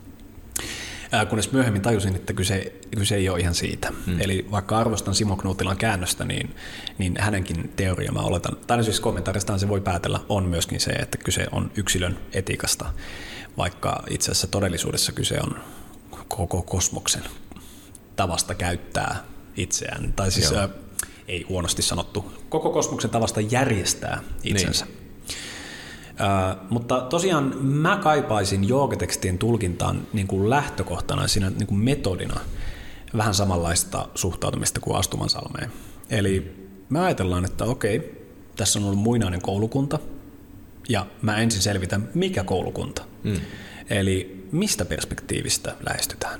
Kunnes myöhemmin tajusin, että kyse, kyse ei ole ihan siitä. Mm. Eli vaikka arvostan Simo Knutilan käännöstä, niin, niin hänenkin teoria, mä oletan, tai siis kommentaaristaan se voi päätellä, on myöskin se, että kyse on yksilön etiikasta, vaikka itse asiassa todellisuudessa kyse on koko kosmoksen tavasta käyttää itseään. Tai siis ä, ei huonosti sanottu, koko kosmoksen tavasta järjestää itsensä. Niin. Uh, mutta tosiaan mä kaipaisin joogatekstien tulkintaan niin kuin lähtökohtana, siinä niin kuin metodina vähän samanlaista suhtautumista kuin Astuvansalmeen. Eli me ajatellaan, että okei, tässä on ollut muinainen koulukunta, ja mä ensin selvitän, mikä koulukunta. Mm. Eli mistä perspektiivistä lähestytään.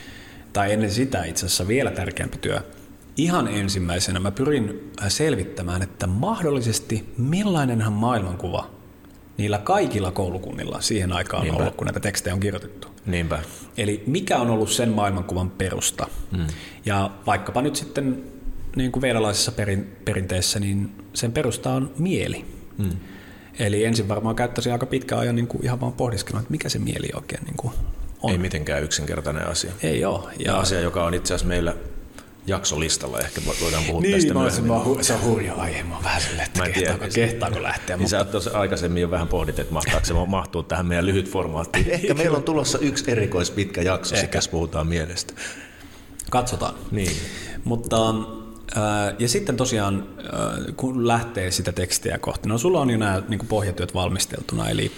Tai ennen sitä itse asiassa vielä tärkeämpi työ. Ihan ensimmäisenä mä pyrin selvittämään, että mahdollisesti millainenhan maailmankuva niillä kaikilla koulukunnilla siihen aikaan on Niinpä. ollut, kun näitä tekstejä on kirjoitettu. Niinpä. Eli mikä on ollut sen maailmankuvan perusta. Mm. Ja vaikkapa nyt sitten niin kuin vedalaisessa perin, perinteessä, niin sen perusta on mieli. Mm. Eli ensin varmaan käyttäisin aika pitkän ajan niin kuin ihan vaan pohdiskelua, että mikä se mieli oikein niin kuin on. Ei mitenkään yksinkertainen asia. Ei ole. Ja, ja asia, joka on itse asiassa meillä jaksolistalla, ehkä voidaan puhua niin, tästä myöhemmin. Niin, se on hurja aihe. Mä oon vähän silleen, että kehtaako, kehtaako lähteä. Niin mutta... sä aikaisemmin jo vähän pohdit, että mahtaako se mahtuu tähän meidän lyhyt formaattiin. Ehkä meillä on tulossa yksi erikoispitkä jakso, jos puhutaan mielestä. Katsotaan. Niin. Mutta, äh, ja sitten tosiaan, äh, kun lähtee sitä tekstiä kohti, no sulla on jo nämä niin kuin pohjatyöt valmisteltuna, eli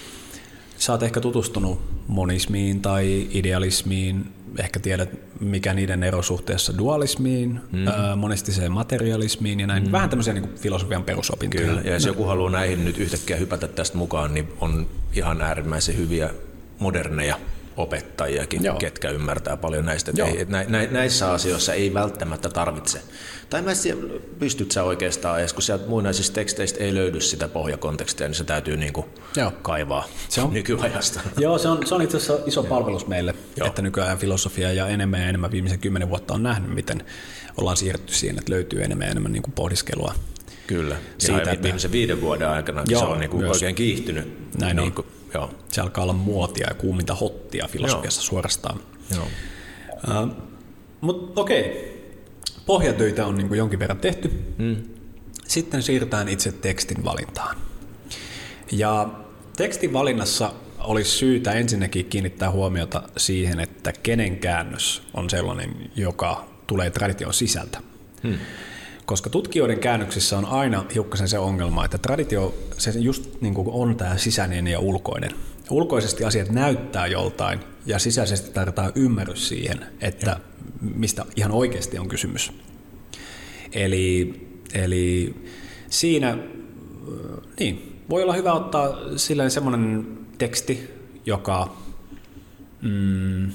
sä oot ehkä tutustunut monismiin tai idealismiin, ehkä tiedät, mikä niiden ero suhteessa dualismiin, mm. ää, monistiseen materialismiin ja näin. Mm. Vähän tämmöisiä niin kuin filosofian perusopintoja. Kyllä, ja jos no. joku haluaa näihin nyt yhtäkkiä hypätä tästä mukaan, niin on ihan äärimmäisen hyviä moderneja opettajiakin, Joo. ketkä ymmärtää paljon näistä. Ei, nä, nä, näissä asioissa ei välttämättä tarvitse. Tai mä en pystyt sä oikeastaan edes, kun sieltä muinaisista teksteistä ei löydy sitä pohjakontekstia, niin se täytyy niinku kaivaa se on, nykyajasta. Joo, se on, se on itse asiassa iso palvelus meille, Joo. että nykyään filosofia ja enemmän ja enemmän viimeisen kymmenen vuotta on nähnyt, miten ollaan siirrytty siihen, että löytyy enemmän ja enemmän niinku pohdiskelua. Kyllä, siitä, ja että viimeisen viiden vuoden aikana Joo, se on niinku oikein kiihtynyt. Näin niin on. Kuin, Joo. Se alkaa olla muotia ja kuuminta hottia filosofiassa Joo. suorastaan. Joo. Uh, Mutta okei, pohjatöitä on niin kuin jonkin verran tehty. Mm. Sitten siirrytään itse tekstin valintaan. Ja tekstin valinnassa olisi syytä ensinnäkin kiinnittää huomiota siihen, että kenen käännös on sellainen, joka tulee tradition sisältä. Mm. Koska tutkijoiden käännöksissä on aina hiukkasen se ongelma, että traditio se just niin kuin on tämä sisäinen ja ulkoinen. Ulkoisesti asiat näyttää joltain ja sisäisesti tarvitaan ymmärrys siihen, että ja. mistä ihan oikeasti on kysymys. Eli, eli siinä niin, voi olla hyvä ottaa silleen semmoinen teksti, joka... Mm,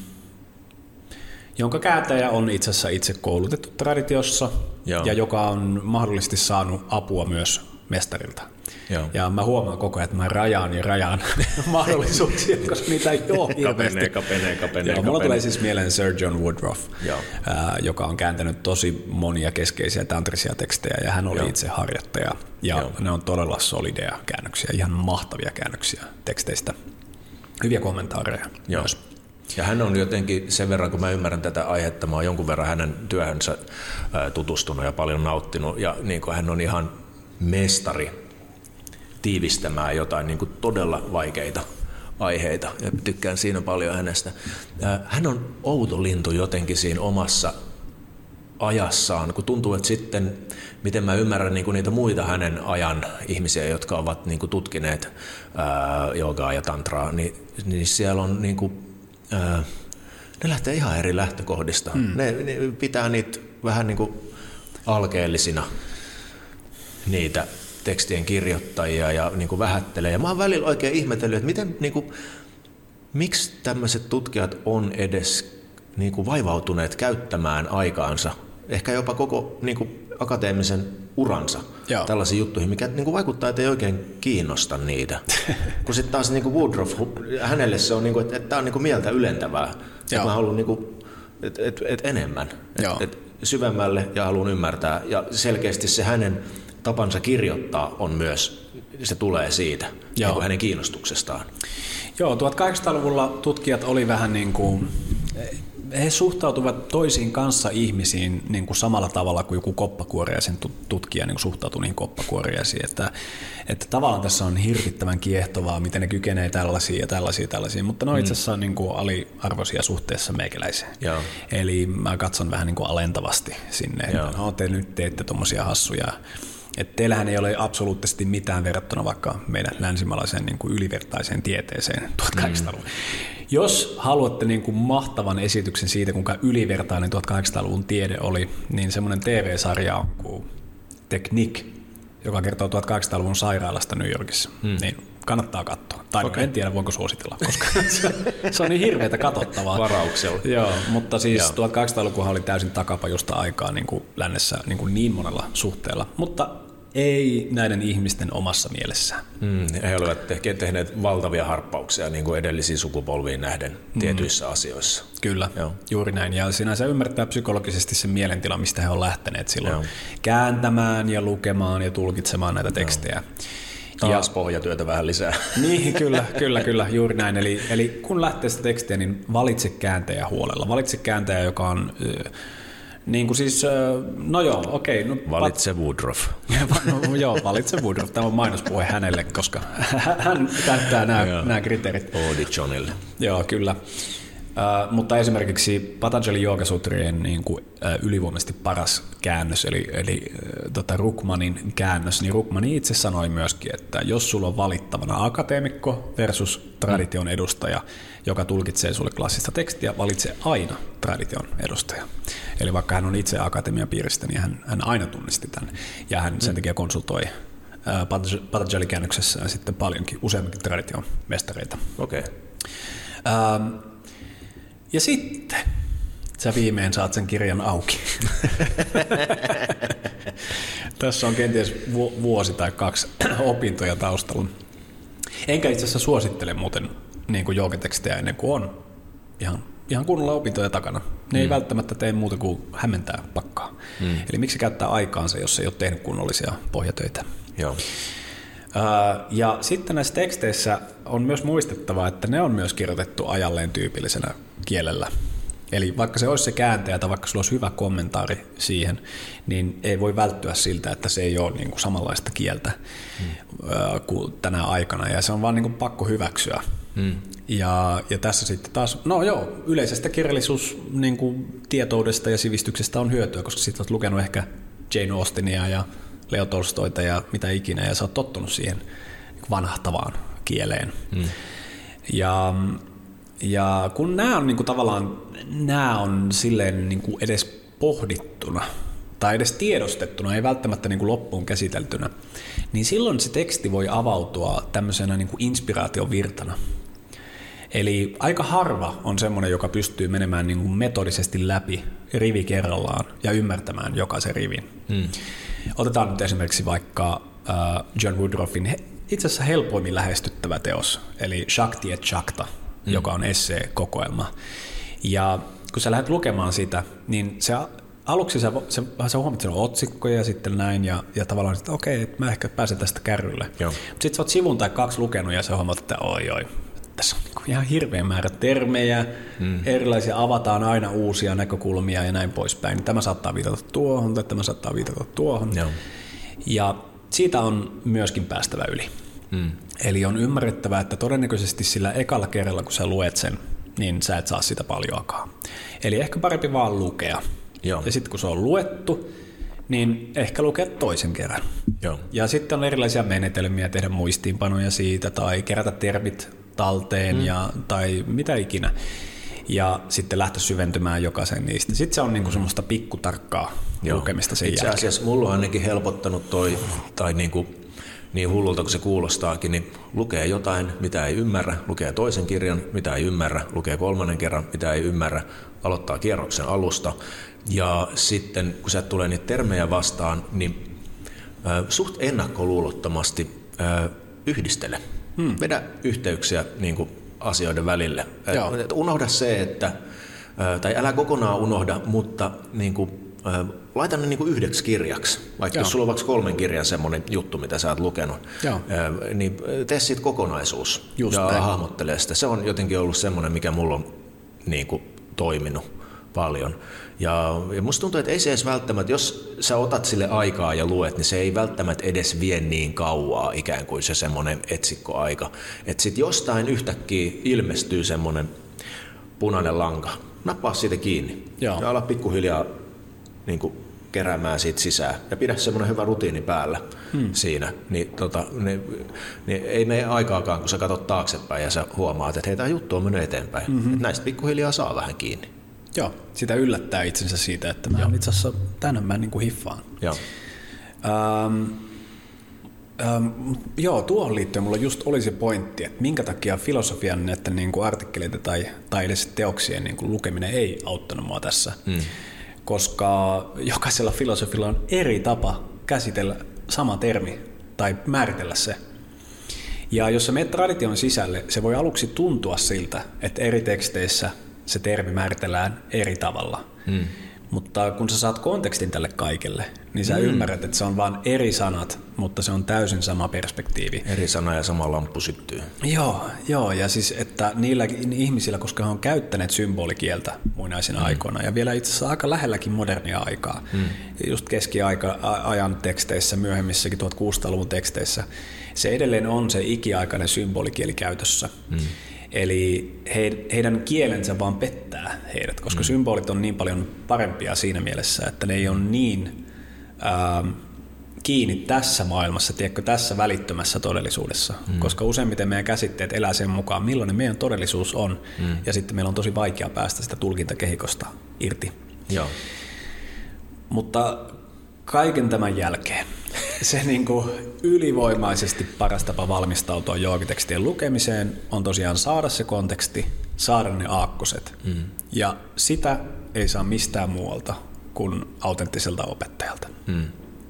jonka kääntäjä on itse asiassa itse koulutettu traditiossa Joo. ja joka on mahdollisesti saanut apua myös mestarilta. Joo. Ja mä huomaan koko ajan, että mä rajaan ja rajaan mahdollisuuksia, koska niitä ei ole hirveästi. Kapenee, kapenee, kapenee. Joo, mulla tulee siis mieleen Sir John Woodroffe, ää, joka on kääntänyt tosi monia keskeisiä tantrisia tekstejä ja hän oli Joo. itse harjoittaja. Ja Joo. ne on todella solideja käännöksiä, ihan mahtavia käännöksiä teksteistä. Hyviä kommentaareja Joo. myös. Ja hän on jotenkin sen verran, kun mä ymmärrän tätä aihetta, mä oon jonkun verran hänen työhönsä tutustunut ja paljon nauttinut. Ja niin kuin hän on ihan mestari tiivistämään jotain niin kuin todella vaikeita aiheita. Ja tykkään siinä paljon hänestä. Hän on outo lintu jotenkin siinä omassa ajassaan, kun tuntuu, että sitten, miten mä ymmärrän niin kuin niitä muita hänen ajan ihmisiä, jotka ovat niin kuin tutkineet ää, joogaa ja tantraa, niin, niin siellä on niin kuin ne lähtee ihan eri lähtökohdista. Mm. Ne, ne pitää niitä vähän niin kuin alkeellisina, niitä tekstien kirjoittajia ja niin kuin vähättelee. Ja mä oon välillä oikein ihmetellyt, että miten, niin kuin, miksi tämmöiset tutkijat on edes niin kuin vaivautuneet käyttämään aikaansa, ehkä jopa koko niin kuin akateemisen uransa Joo. tällaisiin juttuihin, mikä niin kuin vaikuttaa, että ei oikein kiinnosta niitä. Kun sitten taas niin kuin Woodroffe, hänelle se on, niin kuin, että, että tämä on niin kuin mieltä ylentävää. Että mä haluan niin kuin, et, et, et enemmän, et, et syvemmälle ja haluan ymmärtää. Ja selkeästi se hänen tapansa kirjoittaa on myös, se tulee siitä niin kuin hänen kiinnostuksestaan. Joo, tuhatkahdeksansataaluvulla tutkijat oli vähän niin kuin... He suhtautuvat toisiin kanssa ihmisiin niin kuin samalla tavalla kuin joku koppakuoriaisen tutkija niin kuin suhtautuu niihin koppakuoriaisiin. Että, että tavallaan tässä on hirvittävän kiehtovaa, miten ne kykenee tällaisia ja tällaisia tällaisia, mutta ne on mm. itse asiassa niin kuin aliarvoisia suhteessa meikäläiseen. Joo. Eli mä katson vähän niin kuin alentavasti sinne, että no, te nyt teette tommosia hassuja. Että teillähän ei ole absoluuttisesti mitään verrattuna vaikka meidän länsimaalaiseen niin kuin ylivertaiseen tieteeseen tuhatkahdeksansataaluvun. Mm. Jos haluatte niin kuin mahtavan esityksen siitä, kuinka ylivertainen tuhatkahdeksansataaluvun tiede oli, niin semmoinen T V-sarja on kuin Technique. joka kertoo tuhatkahdeksansataaluvun sairaalasta New Yorkissa. Mm. Niin kannattaa katsoa. Tai okay. En tiedä, voinko suositella, koska se on niin hirveätä katsottavaa. Varauksella. Joo, mutta siis Joo. tuhatkahdeksansataalukuhan oli täysin takapajusta aikaa niin kuin lännessä niin, kuin niin monella suhteella, mutta ei näiden ihmisten omassa mielessään. Mm, he olivat tehneet valtavia harppauksia niin kuin edellisiin sukupolviin nähden mm. tietyissä asioissa. Kyllä, Joo. juuri näin. Ja sinänsä ymmärtää psykologisesti sen mielentila, mistä he ovat lähteneet silloin Joo. kääntämään ja lukemaan ja tulkitsemaan näitä tekstejä. Joo. Taas ja pohjatyötä vähän lisää. Niin, kyllä, kyllä, kyllä, juuri näin. Eli, eli kun lähtee sitä tekstiä, niin valitse kääntäjä huolella. Valitse kääntäjä, joka on... Niin kuin siis, no joo, okei. No, valitse Woodruff. no, joo, valitse Woodruff. Tämä on mainospuhe hänelle, koska hän täyttää nämä, nämä kriteerit. Oodi Johnille. Joo, kyllä. Uh, mutta esimerkiksi Patanjali Yoogasutrien niin kuin, uh, ylivoimaisesti paras käännös, eli, eli uh, tota Rukmanin käännös, niin Rukmani itse sanoi myöskin, että jos sulla on valittavana akateemikko versus tradition edustaja, joka tulkitsee sulle klassista tekstiä, valitse aina tradition edustaja. Eli vaikka hän on itse akatemian piiristä, niin hän, hän aina tunnisti tämän, ja hän sen takia konsultoi uh, Patanjali-käännöksessä sitten paljonkin, useamminkin tradition mestareita. Okei. Okay. Uh, Ja sitten sä viimein saat sen kirjan auki. Tässä on kenties vuosi tai kaksi opintoja taustalla. Enkä itse asiassa suosittele muuten niin kuin joogatekstejä ennen kuin on ihan, ihan kunnolla opintoja takana. Ne mm. ei välttämättä tee muuta kuin hämmentää pakkaa. Mm. Eli miksi käyttää aikaansa, jos ei ole tehnyt kunnollisia pohjatöitä. Joo. Ja sitten näissä teksteissä on myös muistettava, että ne on myös kirjoitettu ajalleen tyypillisenä kielellä. Eli vaikka se olisi se kääntäjä tai vaikka sulla olisi hyvä kommentaari siihen, niin ei voi välttyä siltä, että se ei ole niin kuin samanlaista kieltä mm. kuin tänä aikana. Ja se on vaan niin kuin pakko hyväksyä. Mm. Ja, ja tässä sitten taas, no joo, yleisestä kirjallisuus niin kuin tietoudesta ja sivistyksestä on hyötyä, koska sitten olet lukenut ehkä Jane Austenia ja Leo Tolstoita ja mitä ikinä, ja sä oot tottunut siihen vanhahtavaan kieleen. Mm. Ja, ja kun nämä on niinku tavallaan, nämä on silleen niinku edes pohdittuna tai edes tiedostettuna, ei välttämättä niinku loppuun käsiteltynä, niin silloin se teksti voi avautua tämmöisenä niinku inspiraation virtana. Eli aika harva on semmoinen, joka pystyy menemään niinku metodisesti läpi rivi kerrallaan ja ymmärtämään jokaisen rivin. Mm. Otetaan nyt esimerkiksi vaikka uh, John Woodruffin itse asiassa helpoimmin lähestyttävä teos, eli Shakti et Shakta, mm. joka on essee-kokoelma. Ja kun sä lähdet lukemaan sitä, niin se aluksi sä, sä, sä huomaat, että se on otsikkoja ja sitten näin, ja, ja tavallaan, että okei, okay, mä ehkä pääsen tästä kärrylle. Mutta sitten sä oot sivun tai kaksi lukenut, ja sä huomaat, että oi oi, tässä on niin ihan hirveä määrä termejä, mm. erilaisia, avataan aina uusia näkökulmia ja näin poispäin. Tämä saattaa viitata tuohon, tai tämä saattaa viitata tuohon. Joo. Ja siitä on myöskin päästävä yli. Mm. Eli on ymmärrettävä, että todennäköisesti sillä ekalla kerralla, kun sä luet sen, niin sä et saa sitä paljoakaan. Eli ehkä parempi vaan lukea. Joo. Ja sitten kun se on luettu, niin ehkä lukea toisen kerran. Joo. Ja sitten on erilaisia menetelmiä tehdä muistiinpanoja siitä, tai kerätä termit talteen mm. ja, tai mitä ikinä. Ja sitten lähteä syventymään jokaisen niistä. Sitten se on niinku semmoista pikkutarkkaa Joo. lukemista sen Itse asiassa jälkeen. Mulla on ainakin helpottanut toi, tai niinku, niin hullulta kuin se kuulostaakin, niin lukee jotain, mitä ei ymmärrä, lukee toisen kirjan, mitä ei ymmärrä, lukee kolmannen kerran, mitä ei ymmärrä, aloittaa kierroksen alusta. Ja sitten kun sieltä tulee niitä termejä vastaan, niin äh, suht ennakkoluulottomasti äh, yhdistele. Hmm. Vedä yhteyksiä niin kuin asioiden välille. Et unohda se, että, tai ää kokonaan unohda, mutta niin kuin, ää, laita ne niin kuin yhdeksi kirjaksi. Vaikka Joo. jos sulla on vaikka kolmen kirjan semmoinen juttu, mitä sä oot lukenut, ää, niin tee siitä kokonaisuus Just ja näin. hahmottele sitä. Se on jotenkin ollut semmoinen, mikä mulla on niin kuin, toiminut paljon. Ja, ja musta tuntuu, että ei se edes välttämättä, jos sä otat sille aikaa ja luet, niin se ei välttämättä edes vie niin kauaa ikään kuin se semmoinen etsikkoaika. Että sit jostain yhtäkkiä ilmestyy semmoinen punainen lanka. Nappaa siitä kiinni Joo. ja ala pikkuhiljaa niin kuin keräämään siitä sisään. Ja pidä semmoinen hyvä rutiini päällä hmm. siinä. Niin, tota, niin, niin ei mene aikaakaan, kun sä katsot taaksepäin ja sä huomaat, että hei, tämä juttu on mennyt eteenpäin. Mm-hmm. Että näistä pikkuhiljaa saa vähän kiinni. Joo, sitä yllättää itsensä siitä, että mä itse asiassa tänään mä niin kuin hiffaan. Joo. Ähm, Ähm, joo, tuohon liittyen mulla just oli se pointti, että minkä takia filosofian näiden niin kuin artikkeleita tai, tai edes teoksien niin kuin lukeminen ei auttanut mua tässä. Mm. Koska jokaisella filosofilla on eri tapa käsitellä sama termi tai määritellä se. Ja jos sä menet tradition sisälle, se voi aluksi tuntua siltä, että eri teksteissä se termi määritellään eri tavalla. Mm. Mutta kun sä saat kontekstin tälle kaikelle, niin sä mm. ymmärrät, että se on vain eri sanat, mutta se on täysin sama perspektiivi. Eri sana ja sama lamppu syttyy. Joo, joo, ja siis että niillä ihmisillä, koska he on käyttäneet symbolikieltä muinaisina mm. aikoina, ja vielä itse asiassa aika lähelläkin modernia aikaa, mm. just keskiajan teksteissä, myöhemmissäkin tuhatkuusisataaluvun teksteissä, se edelleen on se ikiaikainen symbolikieli käytössä. Mm. Eli he, heidän kielensä vaan pettää heidät, koska mm. symbolit on niin paljon parempia siinä mielessä, että ne ei ole niin ähm, kiinni tässä maailmassa, tiedätkö, tässä välittömässä todellisuudessa, mm. koska useimmiten meidän käsitteet elää sen mukaan, millainen meidän todellisuus on, mm. ja sitten meillä on tosi vaikea päästä sitä tulkintakehikosta irti. Joo. Mutta kaiken tämän jälkeen se niin kuin ylivoimaisesti paras tapa valmistautua joogatekstien lukemiseen on tosiaan saada se konteksti, saada ne aakkoset. Mm. Ja sitä ei saa mistään muualta kuin autenttiselta opettajalta. Mm.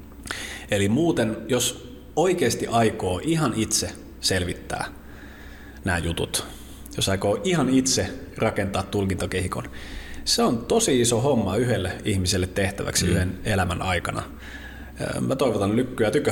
Eli muuten, jos oikeasti aikoo ihan itse selvittää nämä jutut, jos aikoo ihan itse rakentaa tulkintakehikon, se on tosi iso homma yhdelle ihmiselle tehtäväksi mm. yhden elämän aikana. Mä toivotan lykkyä tykö.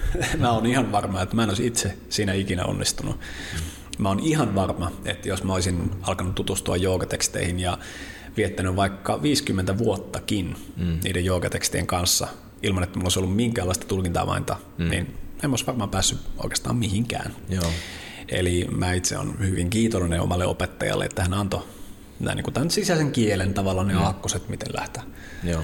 Mä oon ihan varma, että mä en olisi itse siinä ikinä onnistunut. Mä oon ihan varma, että jos mä olisin alkanut tutustua joogateksteihin ja viettänyt vaikka viisikymmentä vuottakin mm. niiden joogatekstien kanssa, ilman että mulla olisi ollut minkäänlaista tulkintaavainta, mm. niin en mä olisi varmaan päässyt oikeastaan mihinkään. Joo. Eli mä itse olen hyvin kiitollinen omalle opettajalle, että hän antoi niin kuin tämän sisäisen kielen tavallaan ne mm. aakkoset, miten lähteä. Joo.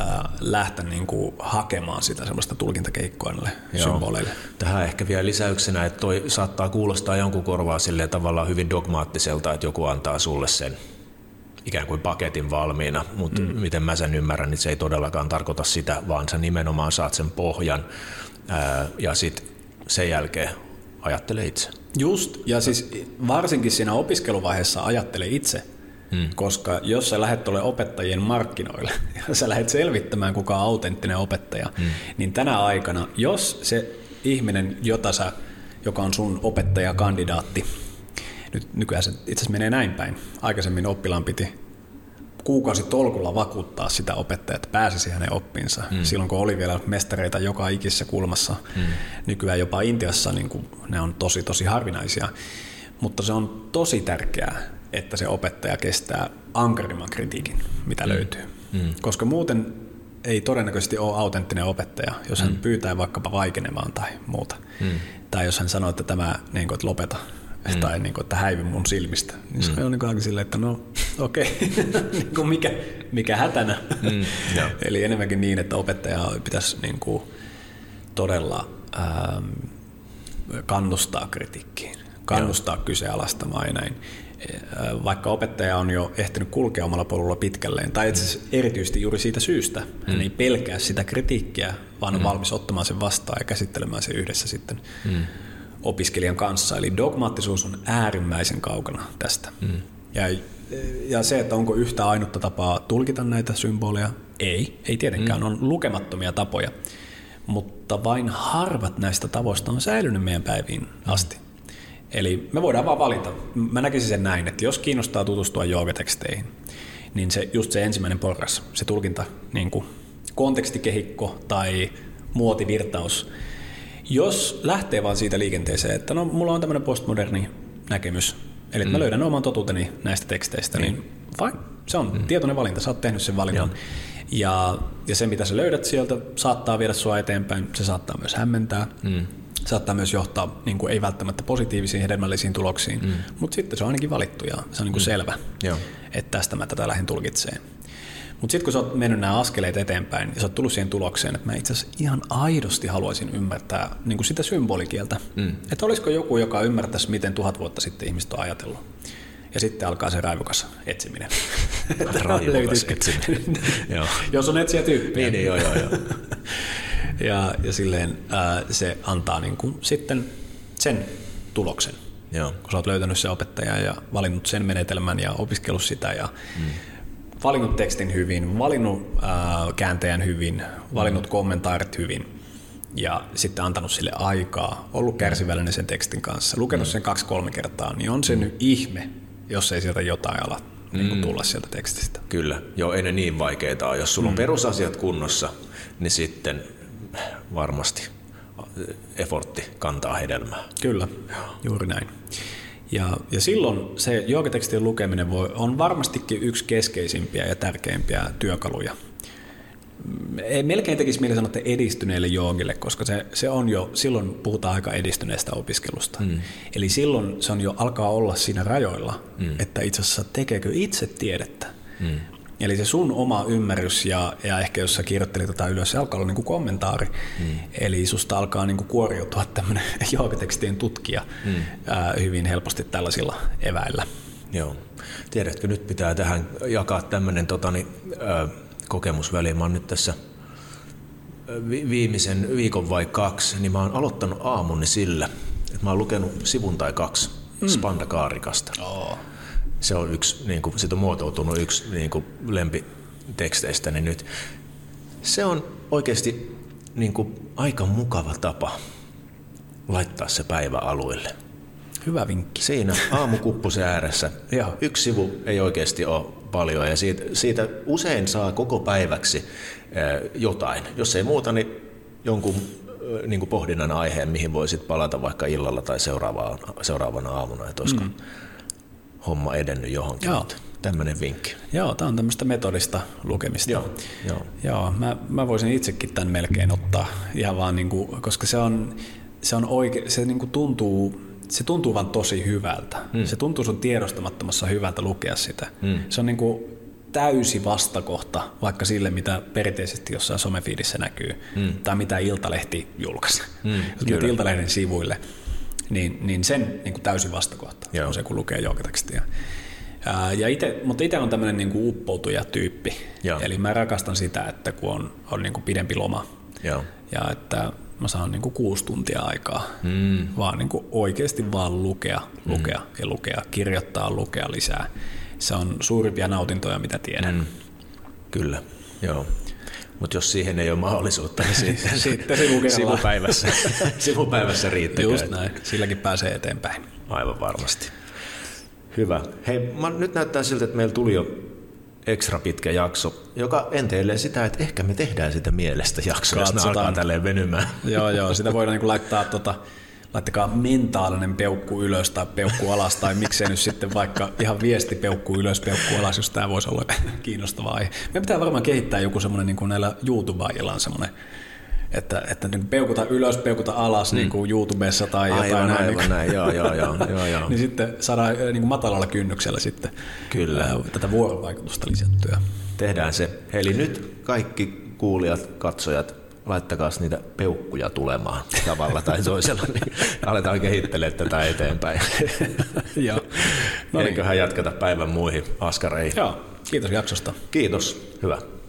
lähteä niin kuin hakemaan sitä semmoista tulkintakeikkoa näille symboleille. Tähän ehkä vielä lisäyksenä, että toi saattaa kuulostaa jonkun korvaa silleen tavallaan hyvin dogmaattiselta, että joku antaa sulle sen ikään kuin paketin valmiina, mutta mm. miten mä sen ymmärrän, niin se ei todellakaan tarkoita sitä, vaan sä nimenomaan saat sen pohjan ää, ja sitten sen jälkeen ajattele itse. Just, ja siis varsinkin siinä opiskeluvaiheessa ajattele itse, Hmm. koska jos sä lähdet tuolle opettajien markkinoille ja sä lähdet selvittämään, kuka on autenttinen opettaja, hmm. niin tänä aikana, jos se ihminen, jota sä, joka on sun opettajakandidaatti, nyt nykyään se itse asiassa menee näin päin, aikaisemmin oppilaan piti kuukausi tolkulla vakuuttaa sitä opettajaa, että pääsisi hänen oppinsa, hmm. silloin kun oli vielä mestareita joka ikisessä kulmassa, hmm. nykyään jopa Intiassa niin kuin, ne on tosi tosi harvinaisia, mutta se on tosi tärkeää, että se opettaja kestää ankarimman kritiikin, mitä mm. löytyy. Mm. Koska muuten ei todennäköisesti ole autenttinen opettaja, jos hän mm. pyytää vaikkapa vaikenemaan tai muuta. Mm. Tai jos hän sanoo, että tämä niin kuin, että lopeta mm. tai niin kuin, että häivy mun silmistä. Niin mm. se on niin kuin silleen, että no okei, okay. niin kuin mikä, mikä hätänä. Mm. Yeah. Eli enemmänkin niin, että opettaja pitäisi niin kuin, todella ähm, kannustaa kritiikkiin, kannustaa yeah. kyseenalaistamaan ja näin. Vaikka opettaja on jo ehtinyt kulkea omalla polulla pitkälleen, tai itse asiassa erityisesti juuri siitä syystä, hän mm. ei pelkää sitä kritiikkiä, vaan on mm. valmis ottamaan sen vastaan ja käsittelemään sen yhdessä sitten mm. opiskelijan kanssa. Eli dogmaattisuus on äärimmäisen kaukana tästä. Mm. Ja, ja se, että onko yhtä ainutta tapaa tulkita näitä symboleja, ei, ei tietenkään, mm. on lukemattomia tapoja, mutta vain harvat näistä tavoista on säilynyt meidän päiviin asti. Mm. Eli me voidaan vaan valita. Mä näkisin sen näin, että jos kiinnostaa tutustua joogateksteihin, niin se, just se ensimmäinen porras, se tulkinta, niin kuin kontekstikehikko tai muotivirtaus, jos lähtee vaan siitä liikenteeseen, että no mulla on tämmöinen postmoderni näkemys, eli että mm. mä löydän oman totuuteni näistä teksteistä, mm. niin fine, se on mm. tietoinen valinta, sä oot tehnyt sen valinnan. Ja, ja se mitä sä löydät sieltä saattaa viedä sua eteenpäin, se saattaa myös hämmentää. Mm. Saattaa myös johtaa niin kuin ei välttämättä positiivisiin hedelmällisiin tuloksiin, mm. mutta sitten se on ainakin valittu ja se on niin kuin mm. selvä, Joo. että tästä mä tätä lähden tulkitseen. Mutta sitten kun sä oot mennyt nämä askeleet eteenpäin ja sä oot tullut siihen tulokseen, että mä itse asiassa ihan aidosti haluaisin ymmärtää niin kuin sitä symbolikieltä, mm. että olisiko joku, joka ymmärtäisi, miten tuhat vuotta sitten ihmiset on ajatellut. Ja sitten alkaa se raivokas etsiminen. Raivokas etsiminen. Jos on etsijä tyyppiä. Niin, joo, joo, joo. ja, ja silleen ää, se antaa niin kuin sitten sen tuloksen. Joo. Kun sä oot löytänyt sen opettajan ja valinnut sen menetelmän ja opiskellut sitä ja mm. valinnut tekstin hyvin, valinnut ää, kääntäjän hyvin, valinnut mm. kommentaarit hyvin ja sitten antanut sille aikaa, ollut kärsivällinen sen tekstin kanssa, lukenut mm. sen kaksi-kolme kertaa, niin on se mm. nyt ihme, jos ei sieltä jotain ala mm. niin tulla sieltä tekstistä. Kyllä, joo, ei ne niin vaikeita ole. Jos sulla on mm. perusasiat kunnossa, niin sitten varmasti effortti kantaa hedelmää. Kyllä, juuri näin. Ja, ja silloin se joogatekstien lukeminen voi, on varmastikin yksi keskeisimpiä ja tärkeimpiä työkaluja. Ei melkein tekisi mieli sanoa, että edistyneille joogille, koska se, se on jo, silloin puhutaan aika edistyneestä opiskelusta. Mm. Eli silloin se on jo alkaa olla siinä rajoilla, mm. että itse asiassa tekeekö itse tiedettä. Mm. Eli se sun oma ymmärrys ja, ja ehkä jos sä kirjoittelit jotain ylös, se alkaa olla niin kuin kommentaari. Mm. Eli susta alkaa niin kuin kuoriutua tämmöinen joogatekstien tutkija mm. ää, hyvin helposti tällaisilla eväillä. Joo. Tiedätkö, nyt pitää tähän jakaa tämmöinen totani, ää, kokemusväli. Mä oon nyt tässä vi- viimeisen viikon vai kaksi, niin mä oon aloittanut aamuni sillä, että mä oon lukenut sivun tai kaksi mm. Spandakaarikasta. Oh. Se on yksi, niin kuin, siitä on muotoutunut yksi niin kuin lempiteksteistäni nyt. Se on oikeasti niin kuin, aika mukava tapa laittaa se päivä aluille. Hyvä vinkki. Siinä aamukuppusen ääressä. Yksi sivu ei oikeasti ole paljon ja siitä, siitä usein saa koko päiväksi jotain. Jos ei muuta, niin jonkun niin kuin pohdinnan aiheen, mihin voisit palata vaikka illalla tai seuraavana, seuraavana aamuna, että olisiko mm. homma edennyt johonkin. Joo. Tämmöinen vinkki. Joo, tämä on tämmöistä metodista lukemista. Joo, joo. Joo mä, mä voisin itsekin tämän melkein ottaa ihan vaan, niin kuin, koska se on, se on oike, se niin kuin tuntuu, se tuntuu vaan tosi hyvältä. Mm. Se tuntuu sun tiedostamattomassa hyvältä lukea sitä. Mm. Se on niin kuin täysi vastakohta vaikka sille, mitä perinteisesti jossain somefiidissä näkyy, mm. tai mitä Iltalehti julkaisi. Mm, jos menet Iltalehden sivuille, niin, niin sen niin kuin täysi vastakohta Joo. on se, kun lukee joogatekstiä. Ja ite, mutta itse on tämmöinen niin kuin uppoutuja tyyppi. Joo. Eli mä rakastan sitä, että kun on, on niin kuin pidempi loma Joo. ja että mä saan niin kuin kuusi tuntia aikaa mm. vaan niin kuin oikeasti vaan lukea, lukea mm. ja lukea, kirjoittaa, lukea lisää. Se on suurimpia nautintoja, mitä tiedän. Mm. Kyllä, joo. Mutta jos siihen ei ole mahdollisuutta, niin sitten, sitten sivupäivässä, sivupäivässä riittää. Just näin, silläkin pääsee eteenpäin. Aivan varmasti. Hyvä. Hei, mä, nyt näyttää siltä, että meillä tuli jo ekstra pitkä jakso, joka enteilee sitä, että ehkä me tehdään sitä mielestä jaksoa, jos ne alkaa tälleen venymään. Joo, joo, sitä voidaan niin laittaa, tota, laittakaa mentaalinen peukku ylös tai peukku alas, tai miksei nyt sitten vaikka ihan viesti peukku ylös, peukku alas, jos tämä voisi olla kiinnostavaa aihe. Me pitää varmaan kehittää joku semmoinen, niin kuin näillä YouTubeilla on semmoinen, että, että niin peukuta ylös, peukuta alas mm. niin kuin YouTubessa tai aivan, jotain aivan, näin. Aivan näin, joo, joo, joo, joo, joo. Niin sitten saadaan niin kuin matalalla kynnyksellä sitten Kyllä. Ää, tätä vuorovaikutusta lisättyä. Tehdään se. Eli nyt kaikki kuulijat, katsojat, laittakaa niitä peukkuja tulemaan tavalla tai toisella, niin aletaan kehittelemään tätä eteenpäin. Joo. No niin. Eiköhän jatketa päivän muihin askareihin. Joo, kiitos jaksosta. Kiitos, hyvä.